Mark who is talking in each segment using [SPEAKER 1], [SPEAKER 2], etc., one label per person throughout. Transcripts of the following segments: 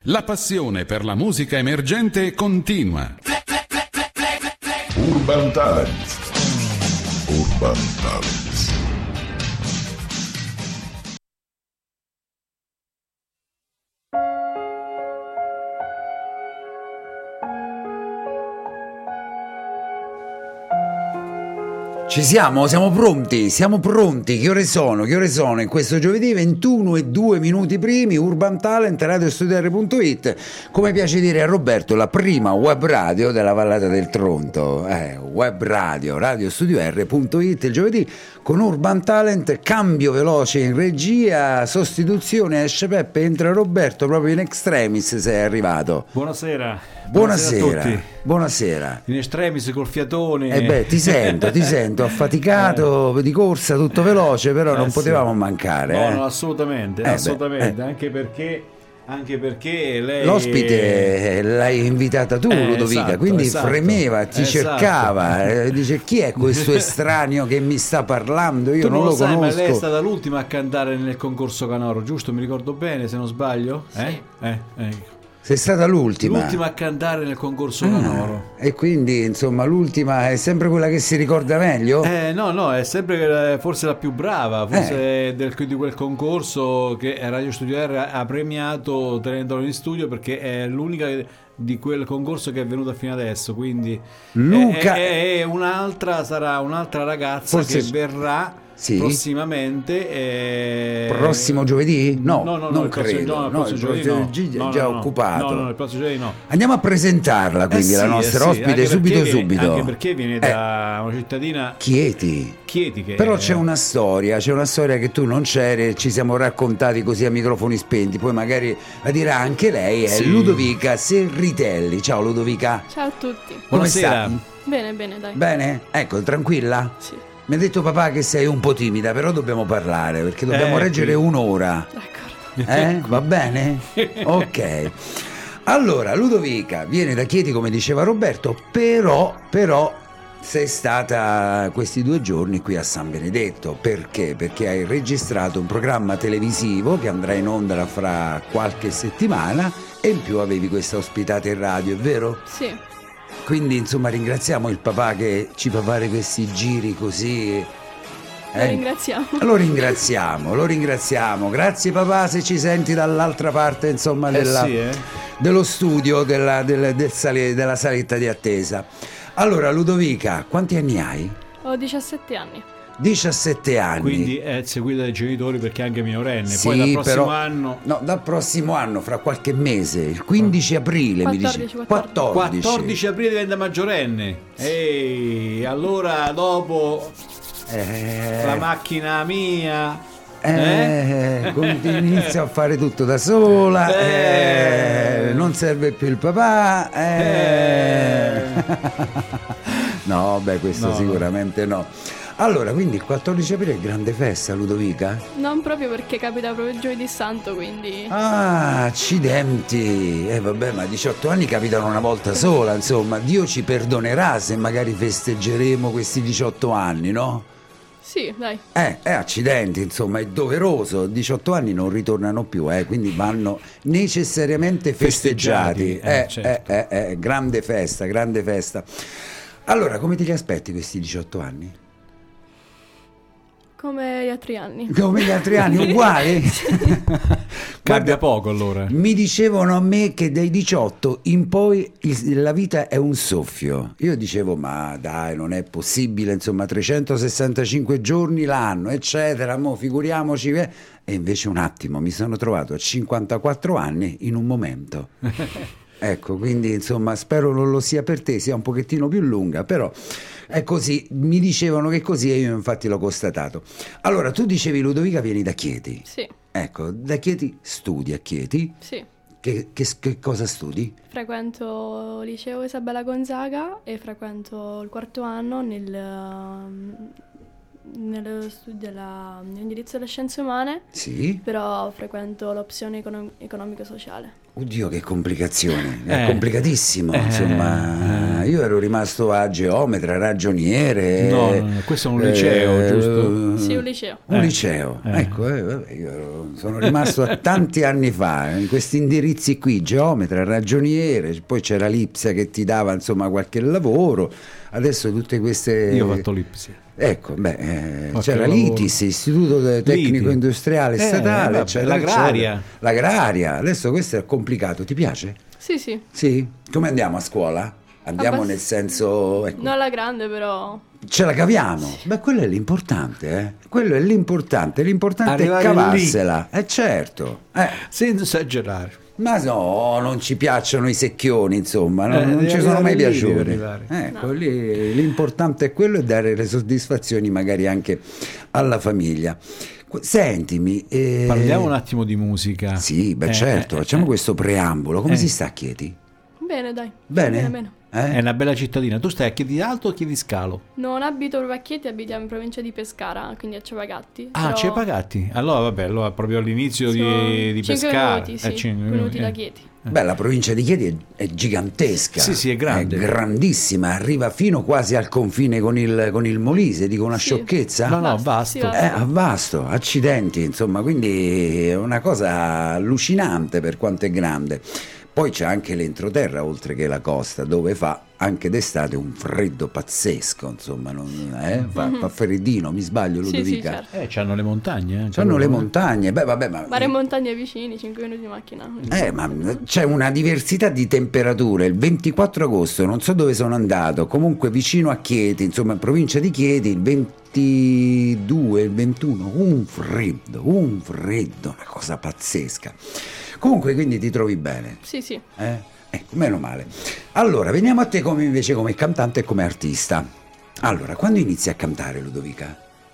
[SPEAKER 1] La passione per la musica emergente continua.
[SPEAKER 2] Urban Talent. Urban Talent.
[SPEAKER 3] Ci siamo? Siamo pronti? Che ore sono? In questo giovedì 21:02 primi, Urban Talent, radiostudio.it. Come piace dire a Roberto, la prima web radio della Vallata del Tronto. Web radio, radiostudio.it, il giovedì con Urban Talent, cambio veloce in regia, sostituzione, esce Peppe, entra Roberto, proprio in extremis sei arrivato.
[SPEAKER 4] Buonasera.
[SPEAKER 3] Buonasera
[SPEAKER 4] A tutti.
[SPEAKER 3] Buonasera.
[SPEAKER 4] In estremis col fiatone.
[SPEAKER 3] Ti sento affaticato di corsa, tutto veloce, però non potevamo mancare.
[SPEAKER 4] No, assolutamente, anche perché lei
[SPEAKER 3] l'ospite l'hai invitata tu, Ludovica, quindi fremeva, ti cercava, dice chi è questo estraneo che mi sta parlando, io non lo conosco.
[SPEAKER 4] Ma lei è stata l'ultima a cantare nel concorso Canoro, giusto? Mi ricordo bene, se non sbaglio?
[SPEAKER 3] Sì. Sei stata l'ultima
[SPEAKER 4] a cantare nel concorso Canoro.
[SPEAKER 3] E quindi insomma l'ultima è sempre quella che si ricorda meglio?
[SPEAKER 4] No, è sempre forse la più brava, forse di quel concorso che Radio Studio R ha premiato tenendolo in studio, perché è l'unica di quel concorso che è venuta fino adesso, quindi
[SPEAKER 3] Luca
[SPEAKER 4] sarà un'altra ragazza
[SPEAKER 3] forse
[SPEAKER 4] che verrà prossimamente,
[SPEAKER 3] prossimo giovedì? No, non
[SPEAKER 4] credo.
[SPEAKER 3] Il prossimo giovedì è già occupato.
[SPEAKER 4] No, il prossimo giovedì no.
[SPEAKER 3] Andiamo a presentarla quindi la nostra ospite subito.
[SPEAKER 4] Anche perché viene da una cittadina
[SPEAKER 3] Chieti che però c'è una storia che tu non c'eri e ci siamo raccontati così a microfoni spenti, poi magari la dirà anche lei, è Ludovica Serritelli. Ciao Ludovica.
[SPEAKER 5] Ciao a tutti.
[SPEAKER 4] Buonasera.
[SPEAKER 3] Come stai?
[SPEAKER 5] Bene, dai.
[SPEAKER 3] Bene? Ecco, tranquilla?
[SPEAKER 5] Sì.
[SPEAKER 3] Mi ha detto papà che sei un po' timida, però dobbiamo parlare perché dobbiamo reggere un'ora.
[SPEAKER 5] D'accordo.
[SPEAKER 3] Va bene? Ok. Allora, Ludovica viene da Chieti, come diceva Roberto, però sei stata questi 2 giorni qui a San Benedetto. Perché? Perché hai registrato un programma televisivo che andrà in onda fra qualche settimana e in più avevi questa ospitata in radio, è vero?
[SPEAKER 5] Sì.
[SPEAKER 3] Quindi insomma ringraziamo il papà che ci fa fare questi giri così.
[SPEAKER 5] Lo
[SPEAKER 3] ringraziamo. Grazie papà, se ci senti dall'altra parte insomma dello studio della saletta di attesa. Allora Ludovica, quanti anni hai?
[SPEAKER 5] Ho 17 anni.
[SPEAKER 3] 17 anni.
[SPEAKER 4] Quindi è seguita dai genitori perché è anche minorenne.
[SPEAKER 3] Sì,
[SPEAKER 4] poi dal prossimo anno.
[SPEAKER 3] No, dal prossimo anno, fra qualche mese, il 15 aprile
[SPEAKER 4] 14 aprile diventa maggiorenne. Ehi, allora dopo la macchina mia.
[SPEAKER 3] Inizia a fare tutto da sola, non serve più il papà. No, questo sicuramente no. Allora, quindi il 14 aprile è grande festa, Ludovica?
[SPEAKER 5] Non proprio, perché capita proprio giovedì santo, quindi.
[SPEAKER 3] Ah, accidenti. Vabbè, ma 18 anni capitano una volta sola, insomma. Dio ci perdonerà se magari festeggeremo questi 18 anni, no?
[SPEAKER 5] Sì, dai.
[SPEAKER 3] Accidenti, insomma, è doveroso. 18 anni non ritornano più, quindi vanno necessariamente festeggiati.
[SPEAKER 4] Certo.
[SPEAKER 3] Grande festa. Allora, come te li aspetti questi 18 anni?
[SPEAKER 5] Come gli altri anni.
[SPEAKER 3] Uguali?
[SPEAKER 4] Cambia poco allora.
[SPEAKER 3] Mi dicevano a me che dai 18 in poi la vita è un soffio. Io dicevo, ma dai, non è possibile, insomma, 365 giorni l'anno, eccetera, mo figuriamoci. E invece un attimo, mi sono trovato a 54 anni in un momento. Ecco, quindi insomma spero non lo sia per te, sia un pochettino più lunga, però è così, mi dicevano che così e io infatti l'ho constatato. Allora, tu dicevi Ludovica vieni da Chieti?
[SPEAKER 5] Sì.
[SPEAKER 3] Ecco, da Chieti studi a Chieti?
[SPEAKER 5] Sì.
[SPEAKER 3] Che cosa studi?
[SPEAKER 5] Frequento il liceo Isabella Gonzaga e frequento il 4º anno nello studio dell'indirizzo delle scienze umane.
[SPEAKER 3] Sì.
[SPEAKER 5] Però frequento l'opzione economico-sociale.
[SPEAKER 3] Oddio, che complicazione, è complicatissimo, insomma, io ero rimasto a geometra, ragioniere.
[SPEAKER 4] No, questo è un liceo, giusto?
[SPEAKER 5] Sì, un liceo.
[SPEAKER 3] Un liceo, ecco, vabbè, sono rimasto a tanti anni fa, in questi indirizzi qui, geometra, ragioniere, poi c'era l'Ipsia che ti dava insomma qualche lavoro, adesso tutte queste...
[SPEAKER 4] Io ho fatto l'Ipsia.
[SPEAKER 3] Ecco, c'era l'ITIS, Istituto Tecnico Industriale Statale, l'agraria, adesso questo è complicato, ti piace?
[SPEAKER 5] Sì, sì.
[SPEAKER 3] Sì? Come andiamo a scuola? Andiamo nel senso... Ecco,
[SPEAKER 5] non alla grande, però...
[SPEAKER 3] ce la caviamo? Beh, quello è l'importante, quello è l'importante
[SPEAKER 4] Arrivare
[SPEAKER 3] è cavarsela, certo.
[SPEAKER 4] Senza esagerare.
[SPEAKER 3] Ma no, non ci piacciono i secchioni, insomma, non ci sono mai piaciuti. Ecco, lì l'importante è quello e dare le soddisfazioni magari anche alla famiglia. Sentimi...
[SPEAKER 4] Parliamo un attimo di musica.
[SPEAKER 3] Sì, beh certo, facciamo questo preambolo. Come si sta a Chieti?
[SPEAKER 5] Bene, dai.
[SPEAKER 3] Bene?
[SPEAKER 4] È una bella cittadina. Tu stai a Chieti d'Alto o Chieti Scalo?
[SPEAKER 5] Non abito proprio a Chieti, abitiamo in provincia di Pescara, quindi a Cepagatti.
[SPEAKER 4] Ah, Cepagatti. Allora vabbè, allora proprio all'inizio di Pescara.
[SPEAKER 5] 5 minuti, sì, 5 minuti da Chieti.
[SPEAKER 3] Beh, la provincia di Chieti è gigantesca.
[SPEAKER 4] Sì, è grande.
[SPEAKER 3] È grandissima, arriva fino quasi al confine con il Molise, dico una sciocchezza?
[SPEAKER 4] No, vasto.
[SPEAKER 5] Sì,
[SPEAKER 3] vasto, accidenti, insomma, quindi è una cosa allucinante per quanto è grande. Poi c'è anche l'entroterra, oltre che la costa, dove fa anche d'estate un freddo pazzesco, insomma, fa freddino, mi sbaglio, Ludovica?
[SPEAKER 5] Sì, certo.
[SPEAKER 4] C'hanno le montagne.
[SPEAKER 3] C'hanno le montagne, beh vabbè, ma...
[SPEAKER 5] Mare e montagne vicini, 5 minuti di macchina.
[SPEAKER 3] Ma c'è una diversità di temperature. Il 24 agosto, non so dove sono andato, comunque vicino a Chieti, insomma in provincia di Chieti, il 22, il 21, un freddo, una cosa pazzesca. Comunque quindi ti trovi bene?
[SPEAKER 5] Sì.
[SPEAKER 3] Ecco, meno male. Allora, veniamo a te invece come cantante e come artista. Allora, quando inizi a cantare, Ludovica?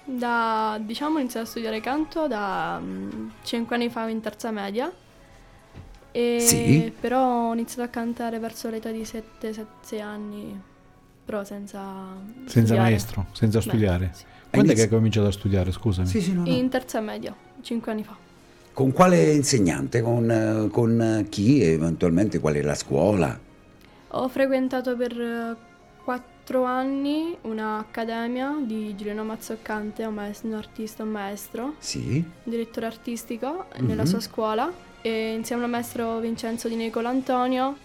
[SPEAKER 5] Ho iniziato a studiare canto da 5 anni fa in terza media.
[SPEAKER 3] Sì?
[SPEAKER 5] Però ho iniziato a cantare verso l'età di 7 anni, però senza
[SPEAKER 4] maestro, senza studiare.
[SPEAKER 5] Sì.
[SPEAKER 4] Quando è che hai cominciato a studiare, scusami?
[SPEAKER 3] Sì, no.
[SPEAKER 5] In terza media, 5 anni fa.
[SPEAKER 3] Con quale insegnante? Con chi? Eventualmente qual è la scuola?
[SPEAKER 5] Ho frequentato per 4 anni un'accademia di Giuliano Mazzoccante, un artista, un maestro,
[SPEAKER 3] Sì.
[SPEAKER 5] un direttore artistico nella sua scuola, e insieme al maestro Vincenzo Di Nicolantonio,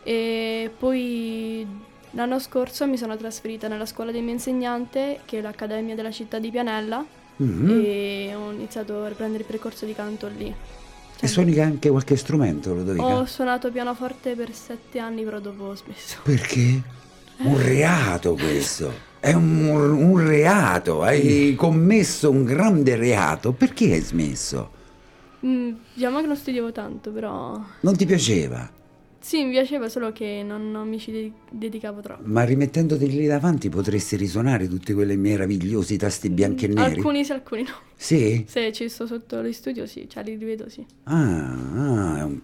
[SPEAKER 5] e poi l'anno scorso mi sono trasferita nella scuola del mio insegnante, che è l'Accademia della città di Pianella, e ho iniziato a riprendere il percorso di canto lì.
[SPEAKER 3] E suoni anche qualche strumento, Ludovica?
[SPEAKER 5] Ho suonato pianoforte per 7 anni, però dopo ho smesso.
[SPEAKER 3] Perché? Un reato questo, è un reato, hai commesso un grande reato, perché hai smesso?
[SPEAKER 5] Diciamo che non studiavo tanto, però...
[SPEAKER 3] Non ti piaceva?
[SPEAKER 5] Sì, mi piaceva, solo che non mi ci dedicavo troppo.
[SPEAKER 3] Ma rimettendoti lì davanti potresti risuonare tutti quei meravigliosi tasti bianchi e neri?
[SPEAKER 5] Alcuni sì, alcuni no.
[SPEAKER 3] Sì?
[SPEAKER 5] Se ci sto sotto lo studio, sì, cioè li rivedo, sì.
[SPEAKER 3] È un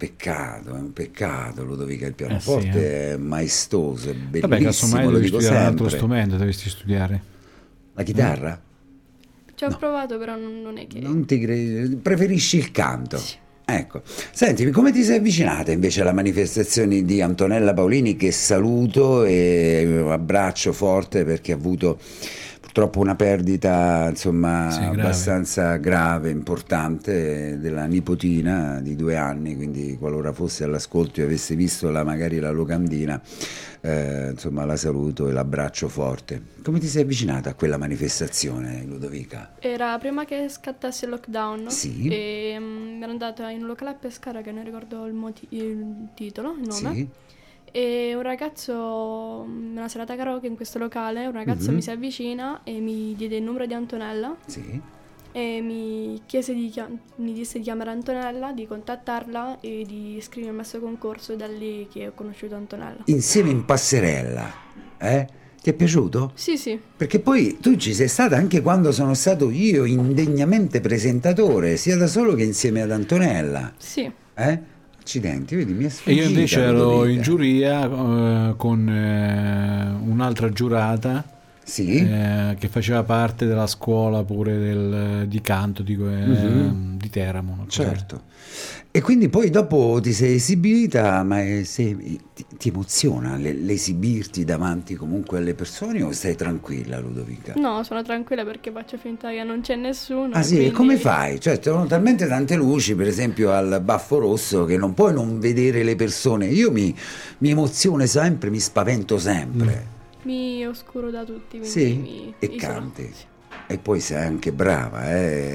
[SPEAKER 3] peccato, Ludovica, il pianoforte è maestoso, è bellissimo.
[SPEAKER 4] Vabbè, casomai
[SPEAKER 3] lo
[SPEAKER 4] devi
[SPEAKER 3] dico
[SPEAKER 4] studiare un
[SPEAKER 3] sempre.
[SPEAKER 4] altro strumento, dovresti studiare.
[SPEAKER 3] La chitarra?
[SPEAKER 5] Ci ho provato, però non è che...
[SPEAKER 3] Non ti credo, preferisci il canto?
[SPEAKER 5] Sì.
[SPEAKER 3] Ecco, senti, come ti sei avvicinata invece alla manifestazione di Antonella Paolini, che saluto e un abbraccio forte, perché ha avuto purtroppo una perdita, insomma, abbastanza grave, importante, della nipotina di 2 anni, quindi qualora fosse all'ascolto e avesse visto magari la locandina, insomma la saluto e l'abbraccio forte. Come ti sei avvicinata a quella manifestazione, Ludovica?
[SPEAKER 5] Era prima che scattasse il lockdown,
[SPEAKER 3] Sì.
[SPEAKER 5] E ero andata in un locale a Pescara, che non ricordo il titolo, il nome.
[SPEAKER 3] Sì.
[SPEAKER 5] E un ragazzo, una serata karaoke in questo locale, un ragazzo mi si avvicina e mi diede il numero di Antonella.
[SPEAKER 3] Sì.
[SPEAKER 5] E mi disse di chiamare Antonella, di contattarla e di iscrivermi a questo concorso, e da lì che ho conosciuto Antonella.
[SPEAKER 3] Insieme in passerella, Ti è piaciuto?
[SPEAKER 5] Sì.
[SPEAKER 3] Perché poi tu ci sei stata anche quando sono stato io indegnamente presentatore, sia da solo che insieme ad Antonella.
[SPEAKER 5] Sì.
[SPEAKER 3] Accidenti, vedi, mi è
[SPEAKER 4] E
[SPEAKER 3] sfuggita.
[SPEAKER 4] io invece ero
[SPEAKER 3] Ludovica.
[SPEAKER 4] in giuria con un'altra giurata
[SPEAKER 3] Sì.
[SPEAKER 4] che faceva parte della scuola pure di canto di Teramo. Una cosa.
[SPEAKER 3] Certo. E quindi poi dopo ti sei esibita, ma ti emoziona l'esibirti davanti comunque alle persone o stai tranquilla, Ludovica?
[SPEAKER 5] No, sono tranquilla perché faccio finta che non c'è nessuno.
[SPEAKER 3] Ah sì,
[SPEAKER 5] quindi...
[SPEAKER 3] e come fai? Cioè, ci sono talmente tante luci, per esempio al Baffo Rosso, che non puoi non vedere le persone. Io mi emoziono sempre, mi spavento sempre.
[SPEAKER 5] Mi oscuro da tutti, quindi
[SPEAKER 3] Sì? E
[SPEAKER 5] isolo.
[SPEAKER 3] canti.
[SPEAKER 5] Sì.
[SPEAKER 3] E poi sei anche brava,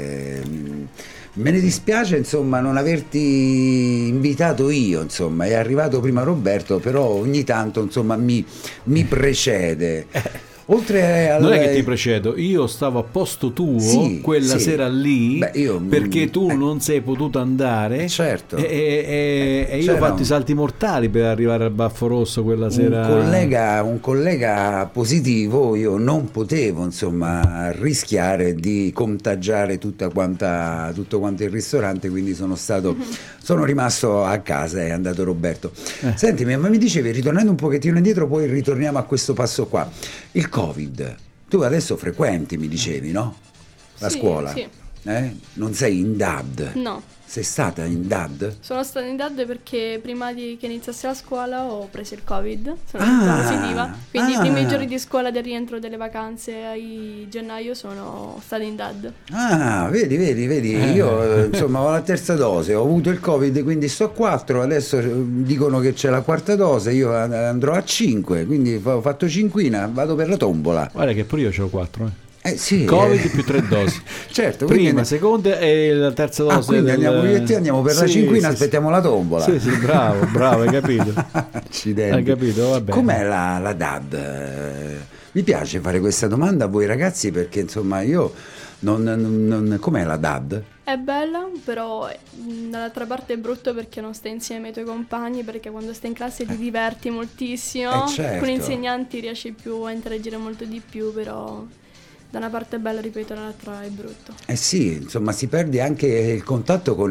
[SPEAKER 3] Me ne dispiace, insomma, non averti invitato io, insomma, è arrivato prima Roberto, però ogni tanto, insomma, mi precede. Oltre
[SPEAKER 4] Non è che ti precedo, io stavo a posto tuo quella sera lì.
[SPEAKER 3] Beh,
[SPEAKER 4] perché tu non sei potuto andare.
[SPEAKER 3] Certo.
[SPEAKER 4] E io ho fatto i salti mortali per arrivare al Baffo Rosso quella sera.
[SPEAKER 3] Un collega positivo, io non potevo, insomma, rischiare di contagiare tutto quanto il ristorante, quindi sono rimasto a casa e è andato Roberto. Senti, ma mi dicevi, ritornando un pochettino indietro, poi ritorniamo a questo passo qua. Il Covid, tu adesso frequenti, mi dicevi, no? La scuola?
[SPEAKER 5] Sì.
[SPEAKER 3] Non sei in DAD?
[SPEAKER 5] No.
[SPEAKER 3] Sei stata in DAD?
[SPEAKER 5] Sono stata in DAD perché prima che iniziasse la scuola ho preso il Covid, sono stata positiva, quindi i primi giorni di scuola del rientro delle vacanze a gennaio sono stata in DAD.
[SPEAKER 3] Ah, vedi, io insomma ho la terza dose, ho avuto il Covid, quindi sto a 4, adesso dicono che c'è la quarta dose, io andrò a 5, quindi ho fatto cinquina, vado per la tombola.
[SPEAKER 4] Guarda che pure io c'ho 4,
[SPEAKER 3] Sì,
[SPEAKER 4] Covid più 3 dosi.
[SPEAKER 3] Certo,
[SPEAKER 4] prima, seconda e la terza dose.
[SPEAKER 3] Quindi andiamo per la cinquina, aspettiamo la tombola.
[SPEAKER 4] Sì, bravo, hai capito.
[SPEAKER 3] Accidenti.
[SPEAKER 4] Hai capito, va bene.
[SPEAKER 3] Com'è la DAD? Mi piace fare questa domanda a voi ragazzi perché insomma io com'è la DAD?
[SPEAKER 5] È bella, però dall'altra parte è brutto perché non stai insieme ai tuoi compagni, perché quando stai in classe ti diverti moltissimo,
[SPEAKER 3] certo.
[SPEAKER 5] con gli insegnanti riesci più a interagire molto di più, però da una parte è bella, ripeto, dall'altra è brutto.
[SPEAKER 3] Sì, insomma si perde anche il contatto con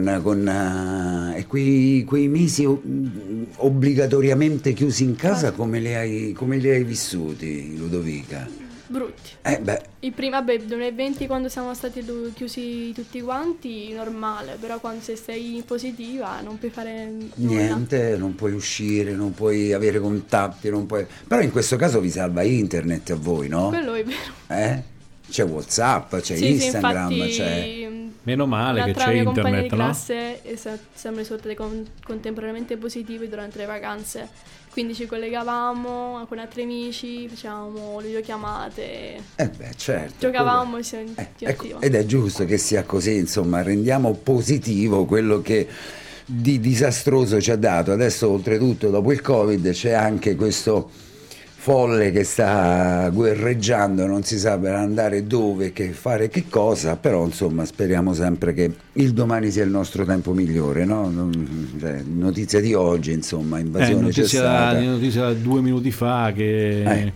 [SPEAKER 3] quei mesi obbligatoriamente chiusi in casa, come li hai vissuti, Ludovica?
[SPEAKER 5] Brutti. Il primo, 2020 quando siamo stati chiusi tutti quanti, normale, però quando sei positiva non puoi fare
[SPEAKER 3] niente, non puoi uscire, non puoi avere contatti, però in questo caso vi salva internet a voi, no?
[SPEAKER 5] Quello è vero.
[SPEAKER 3] C'è WhatsApp, c'è Instagram,
[SPEAKER 5] infatti,
[SPEAKER 3] c'è...
[SPEAKER 4] Meno male che c'è
[SPEAKER 5] internet,
[SPEAKER 4] no?
[SPEAKER 5] di classe siamo risultati contemporaneamente positivi durante le vacanze, quindi ci collegavamo con altri amici, facevamo le videochiamate,
[SPEAKER 3] certo,
[SPEAKER 5] giocavamo e
[SPEAKER 3] ecco, ed è giusto che sia così, insomma, rendiamo positivo quello che di disastroso ci ha dato. Adesso oltretutto dopo il Covid c'è anche questo folle che sta guerreggiando, non si sa per andare dove, che fare che cosa, però insomma speriamo sempre che il domani sia il nostro tempo migliore, no? Notizia di oggi, insomma, invasione c'è stata.
[SPEAKER 4] Notizia 2 minuti fa che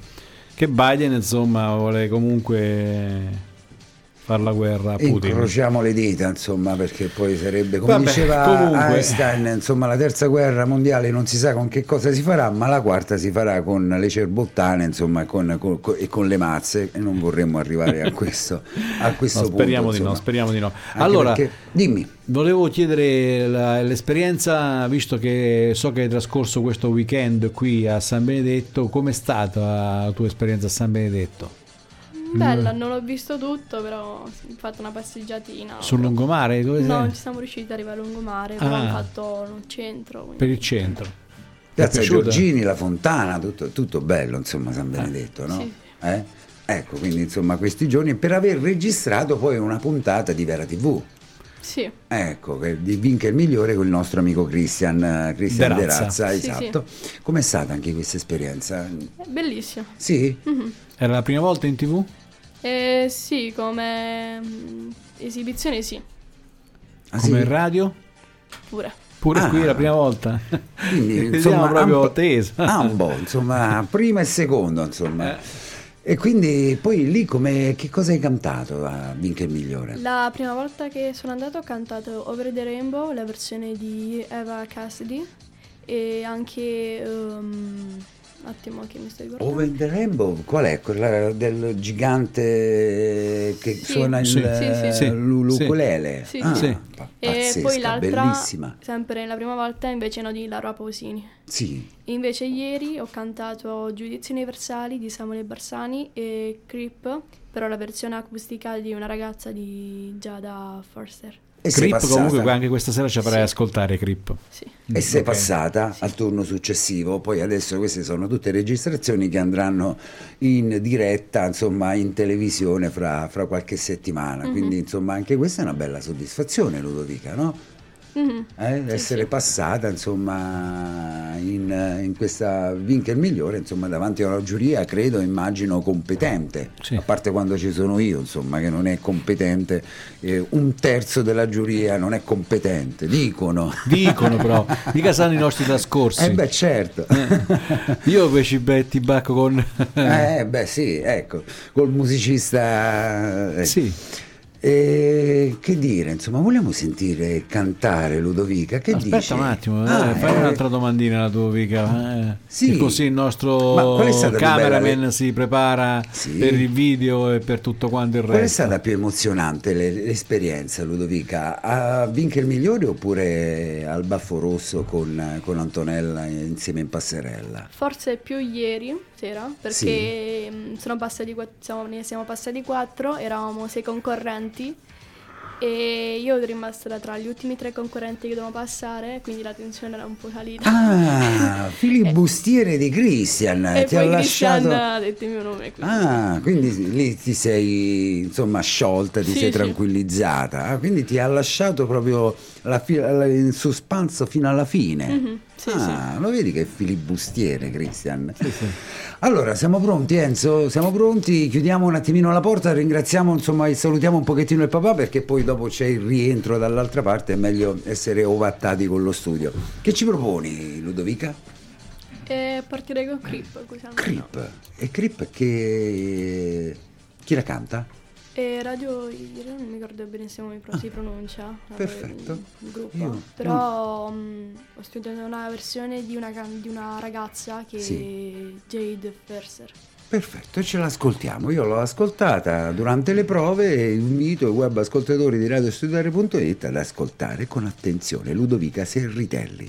[SPEAKER 4] Biden insomma vuole comunque fare la guerra a Putin.
[SPEAKER 3] Incrociamo le dita, insomma, perché poi sarebbe, come diceva Einstein, insomma, la terza guerra mondiale non si sa con che cosa si farà, ma la quarta si farà con le cerbottane, insomma, e con le mazze, e non vorremmo arrivare a questo punto.
[SPEAKER 4] Speriamo di no. Allora,
[SPEAKER 3] dimmi.
[SPEAKER 4] Volevo chiedere l'esperienza, visto che so che hai trascorso questo weekend qui a San Benedetto, com'è stata la tua esperienza a San Benedetto?
[SPEAKER 5] Bella, non l'ho visto tutto, però ho fatto una passeggiatina.
[SPEAKER 4] Sul lungomare? Dove
[SPEAKER 5] no, ci siamo riusciti ad arrivare a lungomare, però ho fatto il centro. Quindi.
[SPEAKER 4] Per il centro.
[SPEAKER 3] Piazza Giorgini, la fontana, tutto bello, insomma, San Benedetto, no?
[SPEAKER 5] Sì.
[SPEAKER 3] Ecco, quindi insomma questi giorni per aver registrato poi una puntata di Vera TV.
[SPEAKER 5] Sì.
[SPEAKER 3] Ecco, di Vinca il migliore con il nostro amico Cristian Derazza, esatto.
[SPEAKER 5] Sì.
[SPEAKER 3] Com'è stata anche questa esperienza?
[SPEAKER 5] Bellissima.
[SPEAKER 3] Sì?
[SPEAKER 5] Mm-hmm.
[SPEAKER 4] Era la prima volta in TV?
[SPEAKER 5] Sì, come esibizione sì.
[SPEAKER 4] Come in radio?
[SPEAKER 5] Pure
[SPEAKER 4] qui è la prima volta.
[SPEAKER 3] Quindi insomma
[SPEAKER 4] proprio teso.
[SPEAKER 3] Ambo, insomma, prima e secondo, insomma. E quindi poi lì che cosa hai cantato a Vinca il migliore?
[SPEAKER 5] La prima volta che sono andato ho cantato Over the Rainbow, la versione di Eva Cassidy, e anche un attimo che mi sto ricordando.
[SPEAKER 3] Over the Rainbow, qual è? Quella del gigante che suona l'ukulele?
[SPEAKER 5] Sì.
[SPEAKER 4] Sì.
[SPEAKER 5] E
[SPEAKER 3] Pazzesca,
[SPEAKER 5] poi l'altra,
[SPEAKER 3] bellissima.
[SPEAKER 5] sempre la prima volta, invece no, di Laura Pausini.
[SPEAKER 3] Sì.
[SPEAKER 5] Invece ieri ho cantato Giudizi Universali di Samuele Barsani e Creep, però la versione acustica di una ragazza di Giada Forster.
[SPEAKER 3] E sei
[SPEAKER 4] Creep
[SPEAKER 3] passata,
[SPEAKER 4] comunque anche questa sera ci farai ascoltare Creep.
[SPEAKER 5] Sì.
[SPEAKER 3] e sei
[SPEAKER 4] Ok.
[SPEAKER 3] passata al turno successivo. Poi adesso queste sono tutte registrazioni che andranno in diretta, insomma, in televisione fra qualche settimana. Quindi, insomma, anche questa è una bella soddisfazione, Ludovica, no? Essere passata, insomma, in questa Winkel migliore, insomma, davanti a una giuria, credo, immagino competente.
[SPEAKER 4] Sì.
[SPEAKER 3] A parte quando ci sono io, insomma, che non è competente, un terzo della giuria non è competente, dicono
[SPEAKER 4] Però, mica sanno i nostri trascorsi.
[SPEAKER 3] beh, certo.
[SPEAKER 4] Io invece ti bacco con...
[SPEAKER 3] Beh, sì, ecco, col musicista.
[SPEAKER 4] Sì.
[SPEAKER 3] Che dire, insomma, vogliamo sentire cantare Ludovica? Che
[SPEAKER 4] Aspetta
[SPEAKER 3] dici?
[SPEAKER 4] un attimo,
[SPEAKER 3] Ah,
[SPEAKER 4] fai un'altra domandina alla tua Vica.
[SPEAKER 3] Sì.
[SPEAKER 4] Che così il
[SPEAKER 3] Ma
[SPEAKER 4] nostro
[SPEAKER 3] qual è stata più
[SPEAKER 4] cameraman
[SPEAKER 3] bella
[SPEAKER 4] si prepara
[SPEAKER 3] Sì.
[SPEAKER 4] per il video e per tutto quanto il
[SPEAKER 3] Qual è
[SPEAKER 4] resto.
[SPEAKER 3] stata più emozionante l'esperienza, Ludovica? A Winkel Migliore oppure al Baffo Rosso con Antonella insieme in passerella?
[SPEAKER 5] Forse più ieri sera, perché ne siamo passati 4, eravamo 6 concorrenti e io ero rimasta tra gli ultimi 3 concorrenti che dovevano passare, quindi la tensione era un po' salita.
[SPEAKER 3] Ah, filibustiere di Christian,
[SPEAKER 5] E
[SPEAKER 3] ti ha
[SPEAKER 5] poi
[SPEAKER 3] lasciato...
[SPEAKER 5] Christian ha detto il mio nome. Quindi.
[SPEAKER 3] Ah, quindi lì ti sei, insomma, sciolta, ti
[SPEAKER 5] Sì,
[SPEAKER 3] sei
[SPEAKER 5] sì.
[SPEAKER 3] tranquillizzata. Ah, quindi ti ha lasciato proprio il suspenso fino alla fine.
[SPEAKER 5] Sì,
[SPEAKER 3] Lo vedi che filibustiere, Christian? Allora, siamo pronti, Enzo? Siamo pronti? Chiudiamo un attimino la porta, ringraziamo, insomma, e salutiamo un pochettino il papà, perché poi dopo c'è il rientro dall'altra parte, è meglio essere ovattati con lo studio. Che ci proponi, Ludovica?
[SPEAKER 5] E partirei con Creep, così almeno.
[SPEAKER 3] Creep. E Creep che... chi la canta?
[SPEAKER 5] E Radio Ira, non mi ricordo benissimo come si pronuncia
[SPEAKER 3] Perfetto.
[SPEAKER 5] il gruppo,
[SPEAKER 3] Io-
[SPEAKER 5] però ho studiato una versione di una ragazza che
[SPEAKER 3] Sì.
[SPEAKER 5] è Jade Ferser.
[SPEAKER 3] Perfetto, ce l'ascoltiamo. Io l'ho ascoltata durante le prove e invito i web ascoltatori di radiostudiare.it ad ascoltare con attenzione Ludovica Serritelli.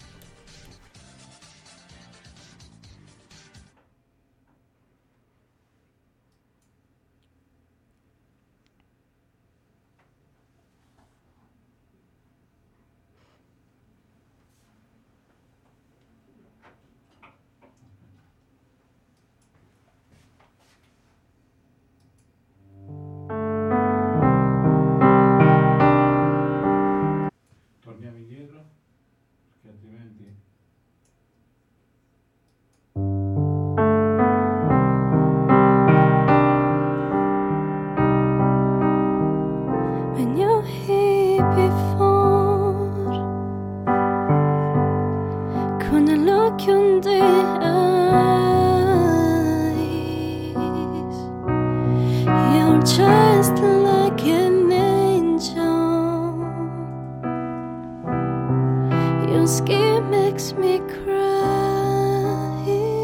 [SPEAKER 4] Torniamo indietro, perché altrimenti...
[SPEAKER 6] When you're here before, couldn't look in the eyes. You're just like an angel. Your skin makes me cry.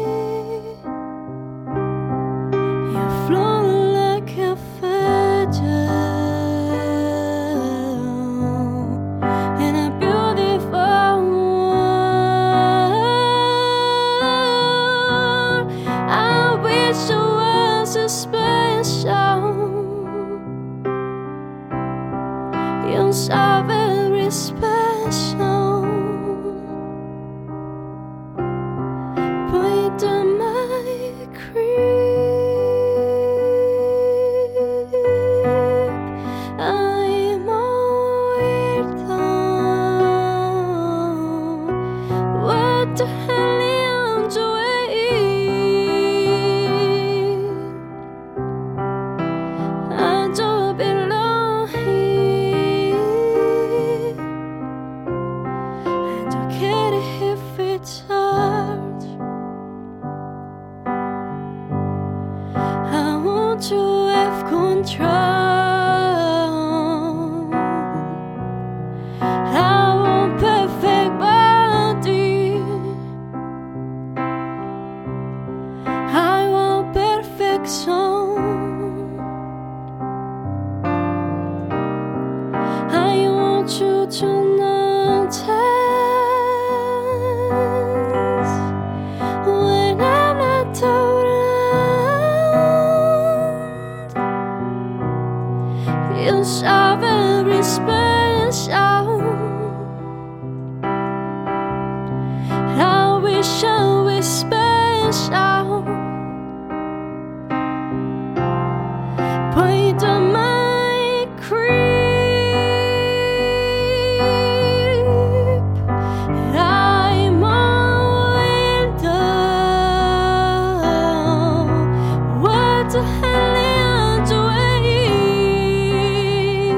[SPEAKER 6] You flow like a feather in a beautiful world. I wish I was a special. You're so very special. Point to my crib. I'm all weirdo. What the hell am I doing? I don't belong here. you notice when I'm not around? You're so very special. I wish I was special. Point on my creep. I'm all window. What the hell am I doing?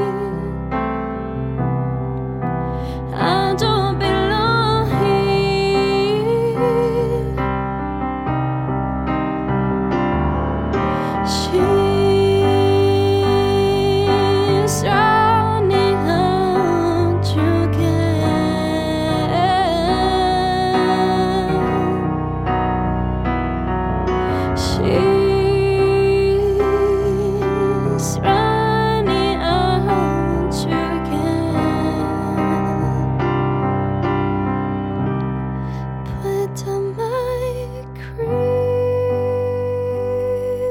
[SPEAKER 6] I don't belong here. She's running out again. She's running out again. Put on my creep.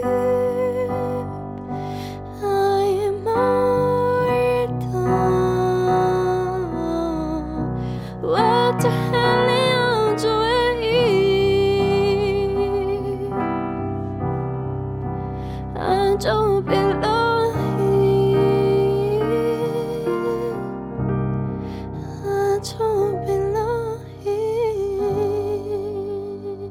[SPEAKER 6] I am all done. What the hell am I doing? I don't belong here. I don't belong here.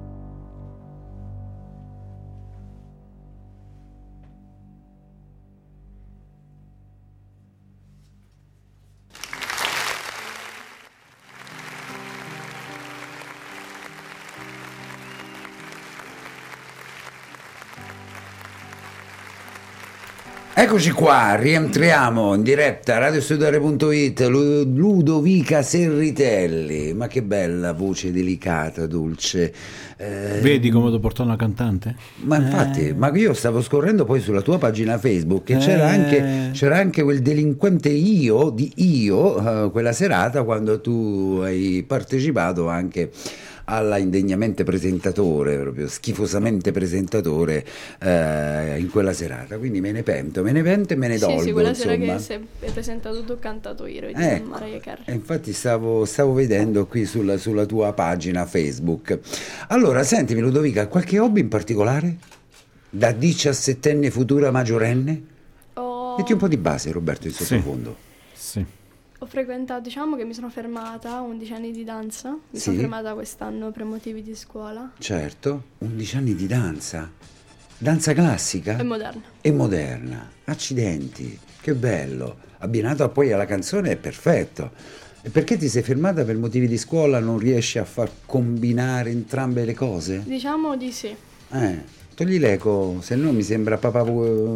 [SPEAKER 3] Eccoci qua, rientriamo in diretta radiostudiare.it. Ludovica Serritelli, ma che bella voce delicata, dolce.
[SPEAKER 4] Vedi come ti portò una cantante?
[SPEAKER 3] Ma infatti, ma io stavo scorrendo poi sulla tua pagina Facebook e c'era anche quel delinquente io, quella serata quando tu hai partecipato anche alla indegnamente presentatore, proprio schifosamente presentatore in quella serata, quindi me ne pento e me ne dolgo.
[SPEAKER 5] Sì, quella
[SPEAKER 3] insomma.
[SPEAKER 5] sera che si è presentato tu ho cantato io di
[SPEAKER 3] Ecco,
[SPEAKER 5] Mariah Carey.
[SPEAKER 3] e infatti stavo vedendo qui sulla tua pagina Facebook. Allora, sentimi Ludovica, qualche hobby in particolare? Da 17enne futura maggiorenne? Metti un po' di base, Roberto, in sottofondo.
[SPEAKER 4] Sì.
[SPEAKER 5] Ho frequentato, diciamo che mi sono fermata 11 anni di danza, mi sono fermata quest'anno per motivi di scuola.
[SPEAKER 3] Certo, 11 anni di danza. Danza classica?
[SPEAKER 5] E moderna.
[SPEAKER 3] E moderna. Accidenti, che bello. Abbinato poi alla canzone è perfetto. E perché ti sei fermata per motivi di scuola? Non riesci a far combinare entrambe le cose?
[SPEAKER 5] Diciamo di sì.
[SPEAKER 3] Togli l'eco, se no mi sembra papà.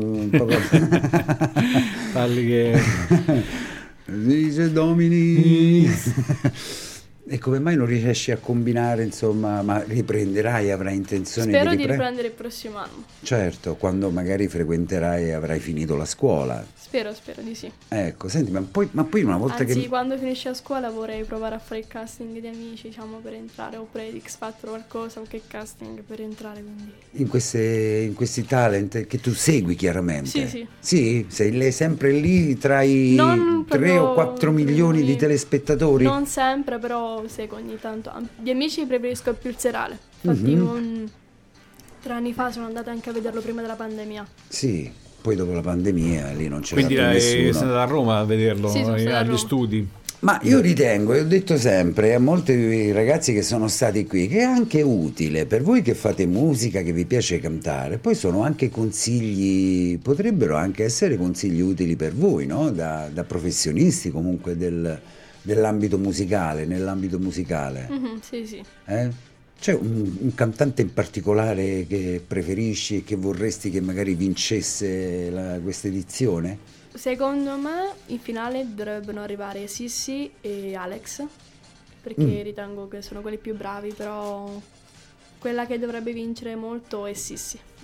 [SPEAKER 4] Parli che...
[SPEAKER 3] Dice Domini. E come mai non riesci a combinare, insomma, ma riprenderai, avrai intenzione
[SPEAKER 5] Spero
[SPEAKER 3] di
[SPEAKER 5] di riprendere il prossimo anno.
[SPEAKER 3] Certo, quando magari frequenterai e avrai finito la scuola.
[SPEAKER 5] Spero di sì.
[SPEAKER 3] Ecco, senti, ma poi una volta
[SPEAKER 5] Anzi, quando finisci la scuola vorrei provare a fare il casting di amici, diciamo, per entrare, oppure di X Factor o qualcosa, qualche casting per entrare, quindi...
[SPEAKER 3] in questi talent che tu segui chiaramente.
[SPEAKER 5] Sì.
[SPEAKER 3] Sì, sei sempre lì tra i
[SPEAKER 5] Non
[SPEAKER 3] 3
[SPEAKER 5] proprio
[SPEAKER 3] o 4 milioni di telespettatori?
[SPEAKER 5] Non sempre, però seguo ogni tanto. Di amici preferisco più il serale. Infatti 3 anni fa sono andata anche a vederlo prima della pandemia.
[SPEAKER 3] Sì, poi dopo la pandemia lì non c'era
[SPEAKER 4] Quindi
[SPEAKER 3] più nessuno.
[SPEAKER 4] sei andata a Roma a vederlo,
[SPEAKER 5] Sì, sono stata a
[SPEAKER 4] agli
[SPEAKER 5] Roma.
[SPEAKER 4] studi.
[SPEAKER 3] Ma io ritengo, e ho detto sempre a molti ragazzi che sono stati qui, che è anche utile per voi che fate musica, che vi piace cantare, poi sono anche consigli, potrebbero anche essere consigli utili per voi, no? Da professionisti comunque nell'ambito musicale.
[SPEAKER 5] Sì.
[SPEAKER 3] C'è un cantante in particolare che preferisci e che vorresti che magari vincesse questa edizione?
[SPEAKER 5] Secondo me in finale dovrebbero arrivare Sissi e Alex, perché ritengo che sono quelli più bravi, però quella che dovrebbe vincere molto è Sissi.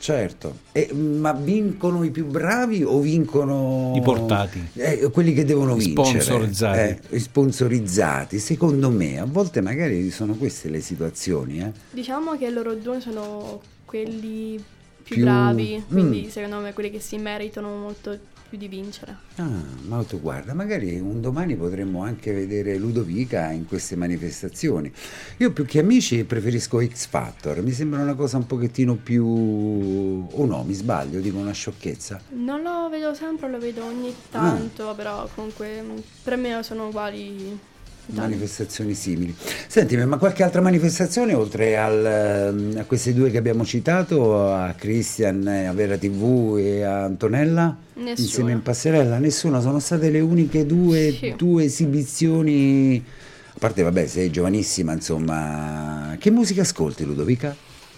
[SPEAKER 3] certo. Ma vincono i più bravi o vincono
[SPEAKER 4] I portati.
[SPEAKER 3] quelli che devono vincere?
[SPEAKER 4] Sponsorizzati.
[SPEAKER 3] Sponsorizzati. Secondo me, a volte magari sono queste le situazioni.
[SPEAKER 5] Diciamo che loro due sono quelli più
[SPEAKER 3] Più-
[SPEAKER 5] bravi, quindi secondo me quelli che si meritano molto più di vincere.
[SPEAKER 3] Ah, ma tu guarda, magari un domani potremmo anche vedere Ludovica in queste manifestazioni. Io più che amici preferisco X Factor, mi sembra una cosa un pochettino più... o no, mi sbaglio, dico una sciocchezza.
[SPEAKER 5] Non lo vedo sempre, lo vedo ogni tanto, però comunque per me sono uguali.
[SPEAKER 3] Manifestazioni simili. Senti, ma qualche altra manifestazione oltre a queste due che abbiamo citato, a Christian, a Vera TV e a Antonella?
[SPEAKER 5] Nessuna.
[SPEAKER 3] Insieme in passerella? Nessuna, sono state le uniche due esibizioni. A parte, vabbè, sei giovanissima, insomma. Che musica ascolti, Ludovica?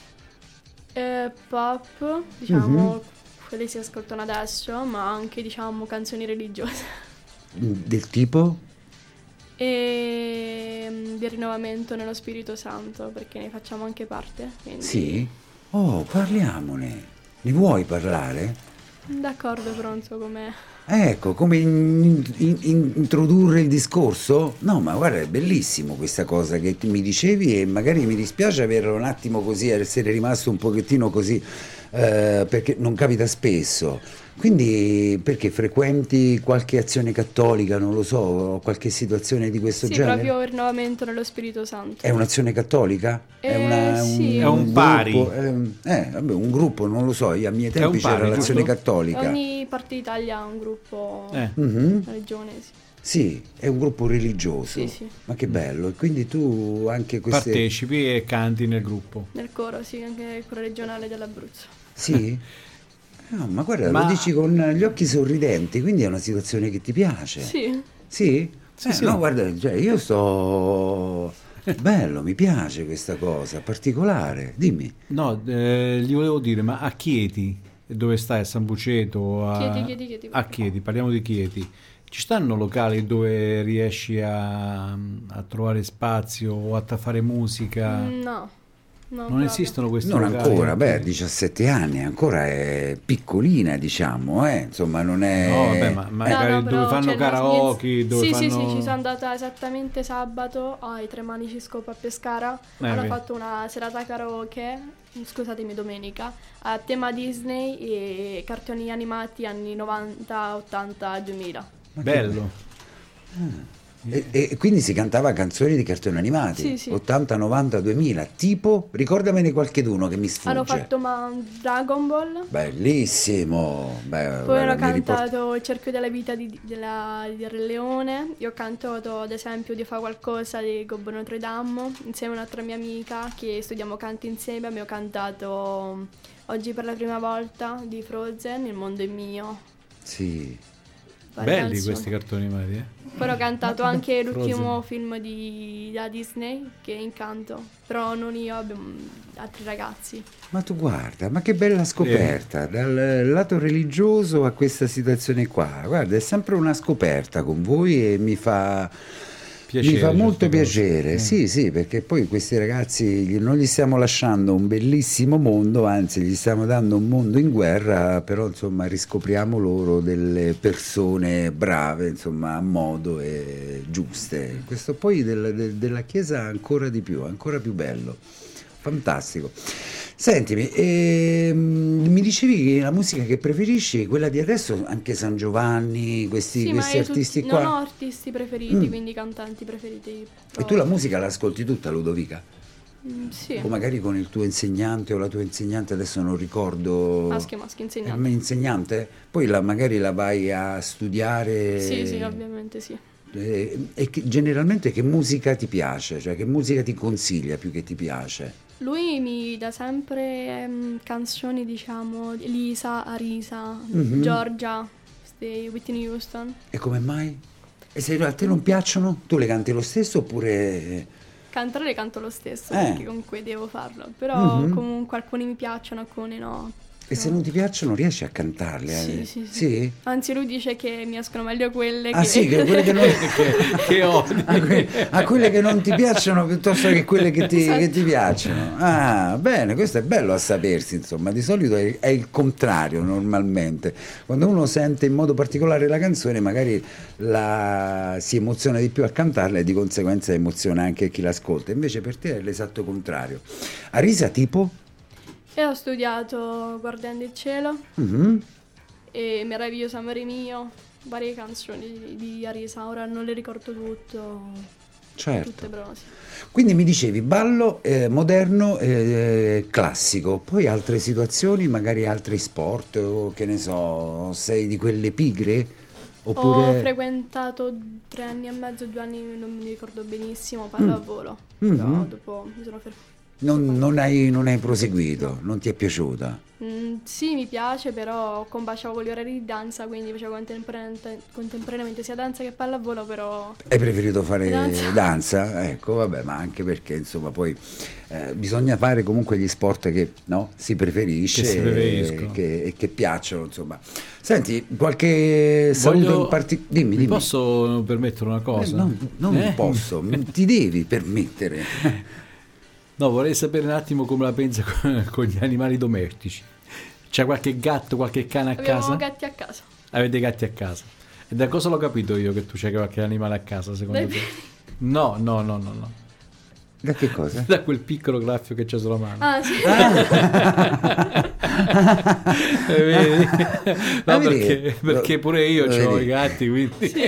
[SPEAKER 5] Pop, diciamo, quelli si ascoltano adesso, ma anche diciamo canzoni religiose.
[SPEAKER 3] Del tipo?
[SPEAKER 5] E del rinnovamento nello Spirito Santo, perché ne facciamo anche parte. Quindi...
[SPEAKER 3] Sì? Oh, parliamone. Ne vuoi parlare?
[SPEAKER 5] D'accordo, pronto com'è?
[SPEAKER 3] Ecco, come introdurre il discorso? No, ma guarda, è bellissimo questa cosa che mi dicevi e magari mi dispiace averlo un attimo così, essere rimasto un pochettino così, perché non capita spesso. Quindi perché frequenti qualche azione cattolica, non lo so, qualche situazione di questo
[SPEAKER 5] Sì,
[SPEAKER 3] genere?
[SPEAKER 5] proprio il rinnovamento nello Spirito Santo.
[SPEAKER 3] È un'azione cattolica?
[SPEAKER 5] Sì.
[SPEAKER 4] È un pari.
[SPEAKER 3] gruppo? Vabbè, un gruppo, non lo so, io a miei
[SPEAKER 4] È un
[SPEAKER 3] tempi c'era
[SPEAKER 4] pari,
[SPEAKER 3] l'azione
[SPEAKER 4] giusto?
[SPEAKER 3] cattolica.
[SPEAKER 5] Ogni parte d'Italia ha un gruppo,
[SPEAKER 3] Mhm.
[SPEAKER 5] una regione, sì.
[SPEAKER 3] Sì, è un gruppo religioso.
[SPEAKER 5] Sì, sì.
[SPEAKER 3] Ma che bello, e quindi tu anche queste...
[SPEAKER 4] Partecipi e canti nel gruppo.
[SPEAKER 5] Nel coro, sì, anche il coro regionale dell'Abruzzo.
[SPEAKER 3] Sì? No, ma guarda,
[SPEAKER 4] Ma-
[SPEAKER 3] lo dici con gli occhi sorridenti, quindi è una situazione che ti piace.
[SPEAKER 5] Sì.
[SPEAKER 3] Sì?
[SPEAKER 4] Sì.
[SPEAKER 3] No, guarda, cioè io sto... Bello, mi piace questa cosa, particolare. Dimmi.
[SPEAKER 4] No, gli volevo dire, ma a Chieti, dove stai? A San Buceto?
[SPEAKER 5] Chieti.
[SPEAKER 4] A Chieti, parliamo di Chieti. Ci stanno locali dove riesci a trovare spazio o a fare musica?
[SPEAKER 5] No.
[SPEAKER 4] Non
[SPEAKER 5] proprio.
[SPEAKER 4] esistono questi
[SPEAKER 3] Non
[SPEAKER 4] locali?
[SPEAKER 3] ancora, beh, 17 anni, ancora è piccolina, diciamo, insomma non è...
[SPEAKER 4] No, vabbè, ma magari
[SPEAKER 5] No,
[SPEAKER 4] dove
[SPEAKER 5] però,
[SPEAKER 4] fanno
[SPEAKER 5] cioè,
[SPEAKER 4] karaoke, dove
[SPEAKER 5] sì,
[SPEAKER 4] fanno...
[SPEAKER 5] sì, ci sono andata esattamente sabato ai Tre Manici Scopa a Pescara. Hanno
[SPEAKER 4] vedi.
[SPEAKER 5] fatto una serata karaoke, scusatemi, domenica, a tema Disney e cartoni animati anni 90, 80, 2000.
[SPEAKER 4] Bello.
[SPEAKER 3] E quindi si cantava canzoni di cartoni animati,
[SPEAKER 5] Sì, sì.
[SPEAKER 3] 80, 90, 2000, tipo, ricordamene qualcheduno che mi sfugge.
[SPEAKER 5] Hanno fatto Dragon Ball.
[SPEAKER 3] Bellissimo. Beh,
[SPEAKER 5] Poi hanno
[SPEAKER 3] guarda, mi riporta-
[SPEAKER 5] cantato Il cerchio della vita di Re Leone. Io ho cantato ad esempio Dio fa qualcosa di Gobbo Notre Dame insieme a un'altra mia amica che studiamo canti insieme. Abbiamo cantato Oggi per la prima volta di Frozen, Il mondo è mio.
[SPEAKER 3] Sì.
[SPEAKER 5] Varie
[SPEAKER 4] Belli
[SPEAKER 5] canzoni.
[SPEAKER 4] questi cartoni animati,
[SPEAKER 5] Poi ho cantato anche l'ultimo
[SPEAKER 4] Frozen.
[SPEAKER 5] film da Disney che è Incanto, però non io, abbiamo altri ragazzi.
[SPEAKER 3] Ma tu guarda, ma che bella scoperta, dal lato religioso a questa situazione qua. Guarda, è sempre una scoperta con voi e mi fa
[SPEAKER 4] Piacere,
[SPEAKER 3] molto
[SPEAKER 4] certe cose.
[SPEAKER 3] piacere. Sì, sì, perché poi questi ragazzi non gli stiamo lasciando un bellissimo mondo, anzi gli stiamo dando un mondo in guerra, però insomma riscopriamo loro delle persone brave, insomma, a modo e giuste. Questo poi della Chiesa ancora di più, ancora più bello. Fantastico. Sentimi, mi dicevi che la musica che preferisci, quella di adesso, anche San Giovanni, questi
[SPEAKER 5] Sì, ma io
[SPEAKER 3] artisti
[SPEAKER 5] non
[SPEAKER 3] qua.
[SPEAKER 5] ho artisti preferiti, quindi cantanti preferiti.
[SPEAKER 3] E tu la musica la ascolti tutta, Ludovica?
[SPEAKER 5] Sì,
[SPEAKER 3] O magari con il tuo insegnante o la tua insegnante, adesso non ricordo.
[SPEAKER 5] maschi, insegnanti.
[SPEAKER 3] Insegnante? Poi magari la vai a studiare.
[SPEAKER 5] Sì, ovviamente sì.
[SPEAKER 3] E generalmente che musica ti piace? Cioè che musica ti consiglia più che ti piace?
[SPEAKER 5] Lui mi dà sempre canzoni, diciamo, Lisa, Arisa,
[SPEAKER 3] Mhm.
[SPEAKER 5] Georgia, Whitney Houston.
[SPEAKER 3] E come mai? E se a te non piacciono, tu le canti lo stesso oppure...
[SPEAKER 5] Cantare le canto lo stesso,
[SPEAKER 3] Eh.
[SPEAKER 5] perché comunque devo farlo. Però
[SPEAKER 3] Mhm.
[SPEAKER 5] comunque alcuni mi piacciono, alcuni no.
[SPEAKER 3] E se non ti piacciono riesci a cantarle?
[SPEAKER 5] Sì. Anzi, lui dice che mi escono meglio quelle
[SPEAKER 3] che... sì, che quelle che non...
[SPEAKER 4] che odi.
[SPEAKER 3] A quelle che non ti piacciono piuttosto che quelle che ti,
[SPEAKER 5] esatto.
[SPEAKER 3] che ti piacciono. Ah, bene, questo è bello a sapersi, insomma. Di solito è il contrario normalmente. Quando uno sente in modo particolare la canzone, magari si emoziona di più a cantarla e di conseguenza emoziona anche chi l'ascolta. Invece per te è l'esatto contrario. Arisa tipo?
[SPEAKER 5] E ho studiato Guardiani del Cielo
[SPEAKER 3] Mm-hmm.
[SPEAKER 5] e Meraviglioso Amore Mio, varie canzoni di Arisa, ora non le ricordo
[SPEAKER 3] Certo.
[SPEAKER 5] tutte però sì.
[SPEAKER 3] Quindi mi dicevi ballo moderno, classico, poi altre situazioni, magari altri sport, o che ne so, sei di quelle pigre? Oppure...
[SPEAKER 5] Ho frequentato 3 anni e mezzo, 2 anni, non mi ricordo benissimo, pallavolo, però dopo mi sono fermata.
[SPEAKER 3] Non hai proseguito, non ti è piaciuta?
[SPEAKER 5] Sì, mi piace, però combaciavo con gli orari di danza, quindi facevo contemporaneamente sia danza che pallavolo, però...
[SPEAKER 3] Hai preferito fare danza? Ecco, vabbè, ma anche perché insomma poi bisogna fare comunque gli sport che si preferisce e che piacciono, insomma. Senti, qualche saluto in particolare? Dimmi.
[SPEAKER 4] Mi posso permettere una cosa?
[SPEAKER 3] Non posso, ti devi permettere.
[SPEAKER 4] No, vorrei sapere un attimo come la pensa con gli animali domestici. C'è qualche gatto, qualche cane a casa?
[SPEAKER 5] Abbiamo gatti a casa.
[SPEAKER 4] Avete gatti a casa? E da cosa l'ho capito io che tu c'hai qualche animale a casa, secondo te? No.
[SPEAKER 3] Da che cosa?
[SPEAKER 4] Da quel piccolo graffio che c'è sulla mano.
[SPEAKER 5] Ah, sì.
[SPEAKER 4] Vedi? No, perché pure io ho i gatti, quindi...
[SPEAKER 5] Sì.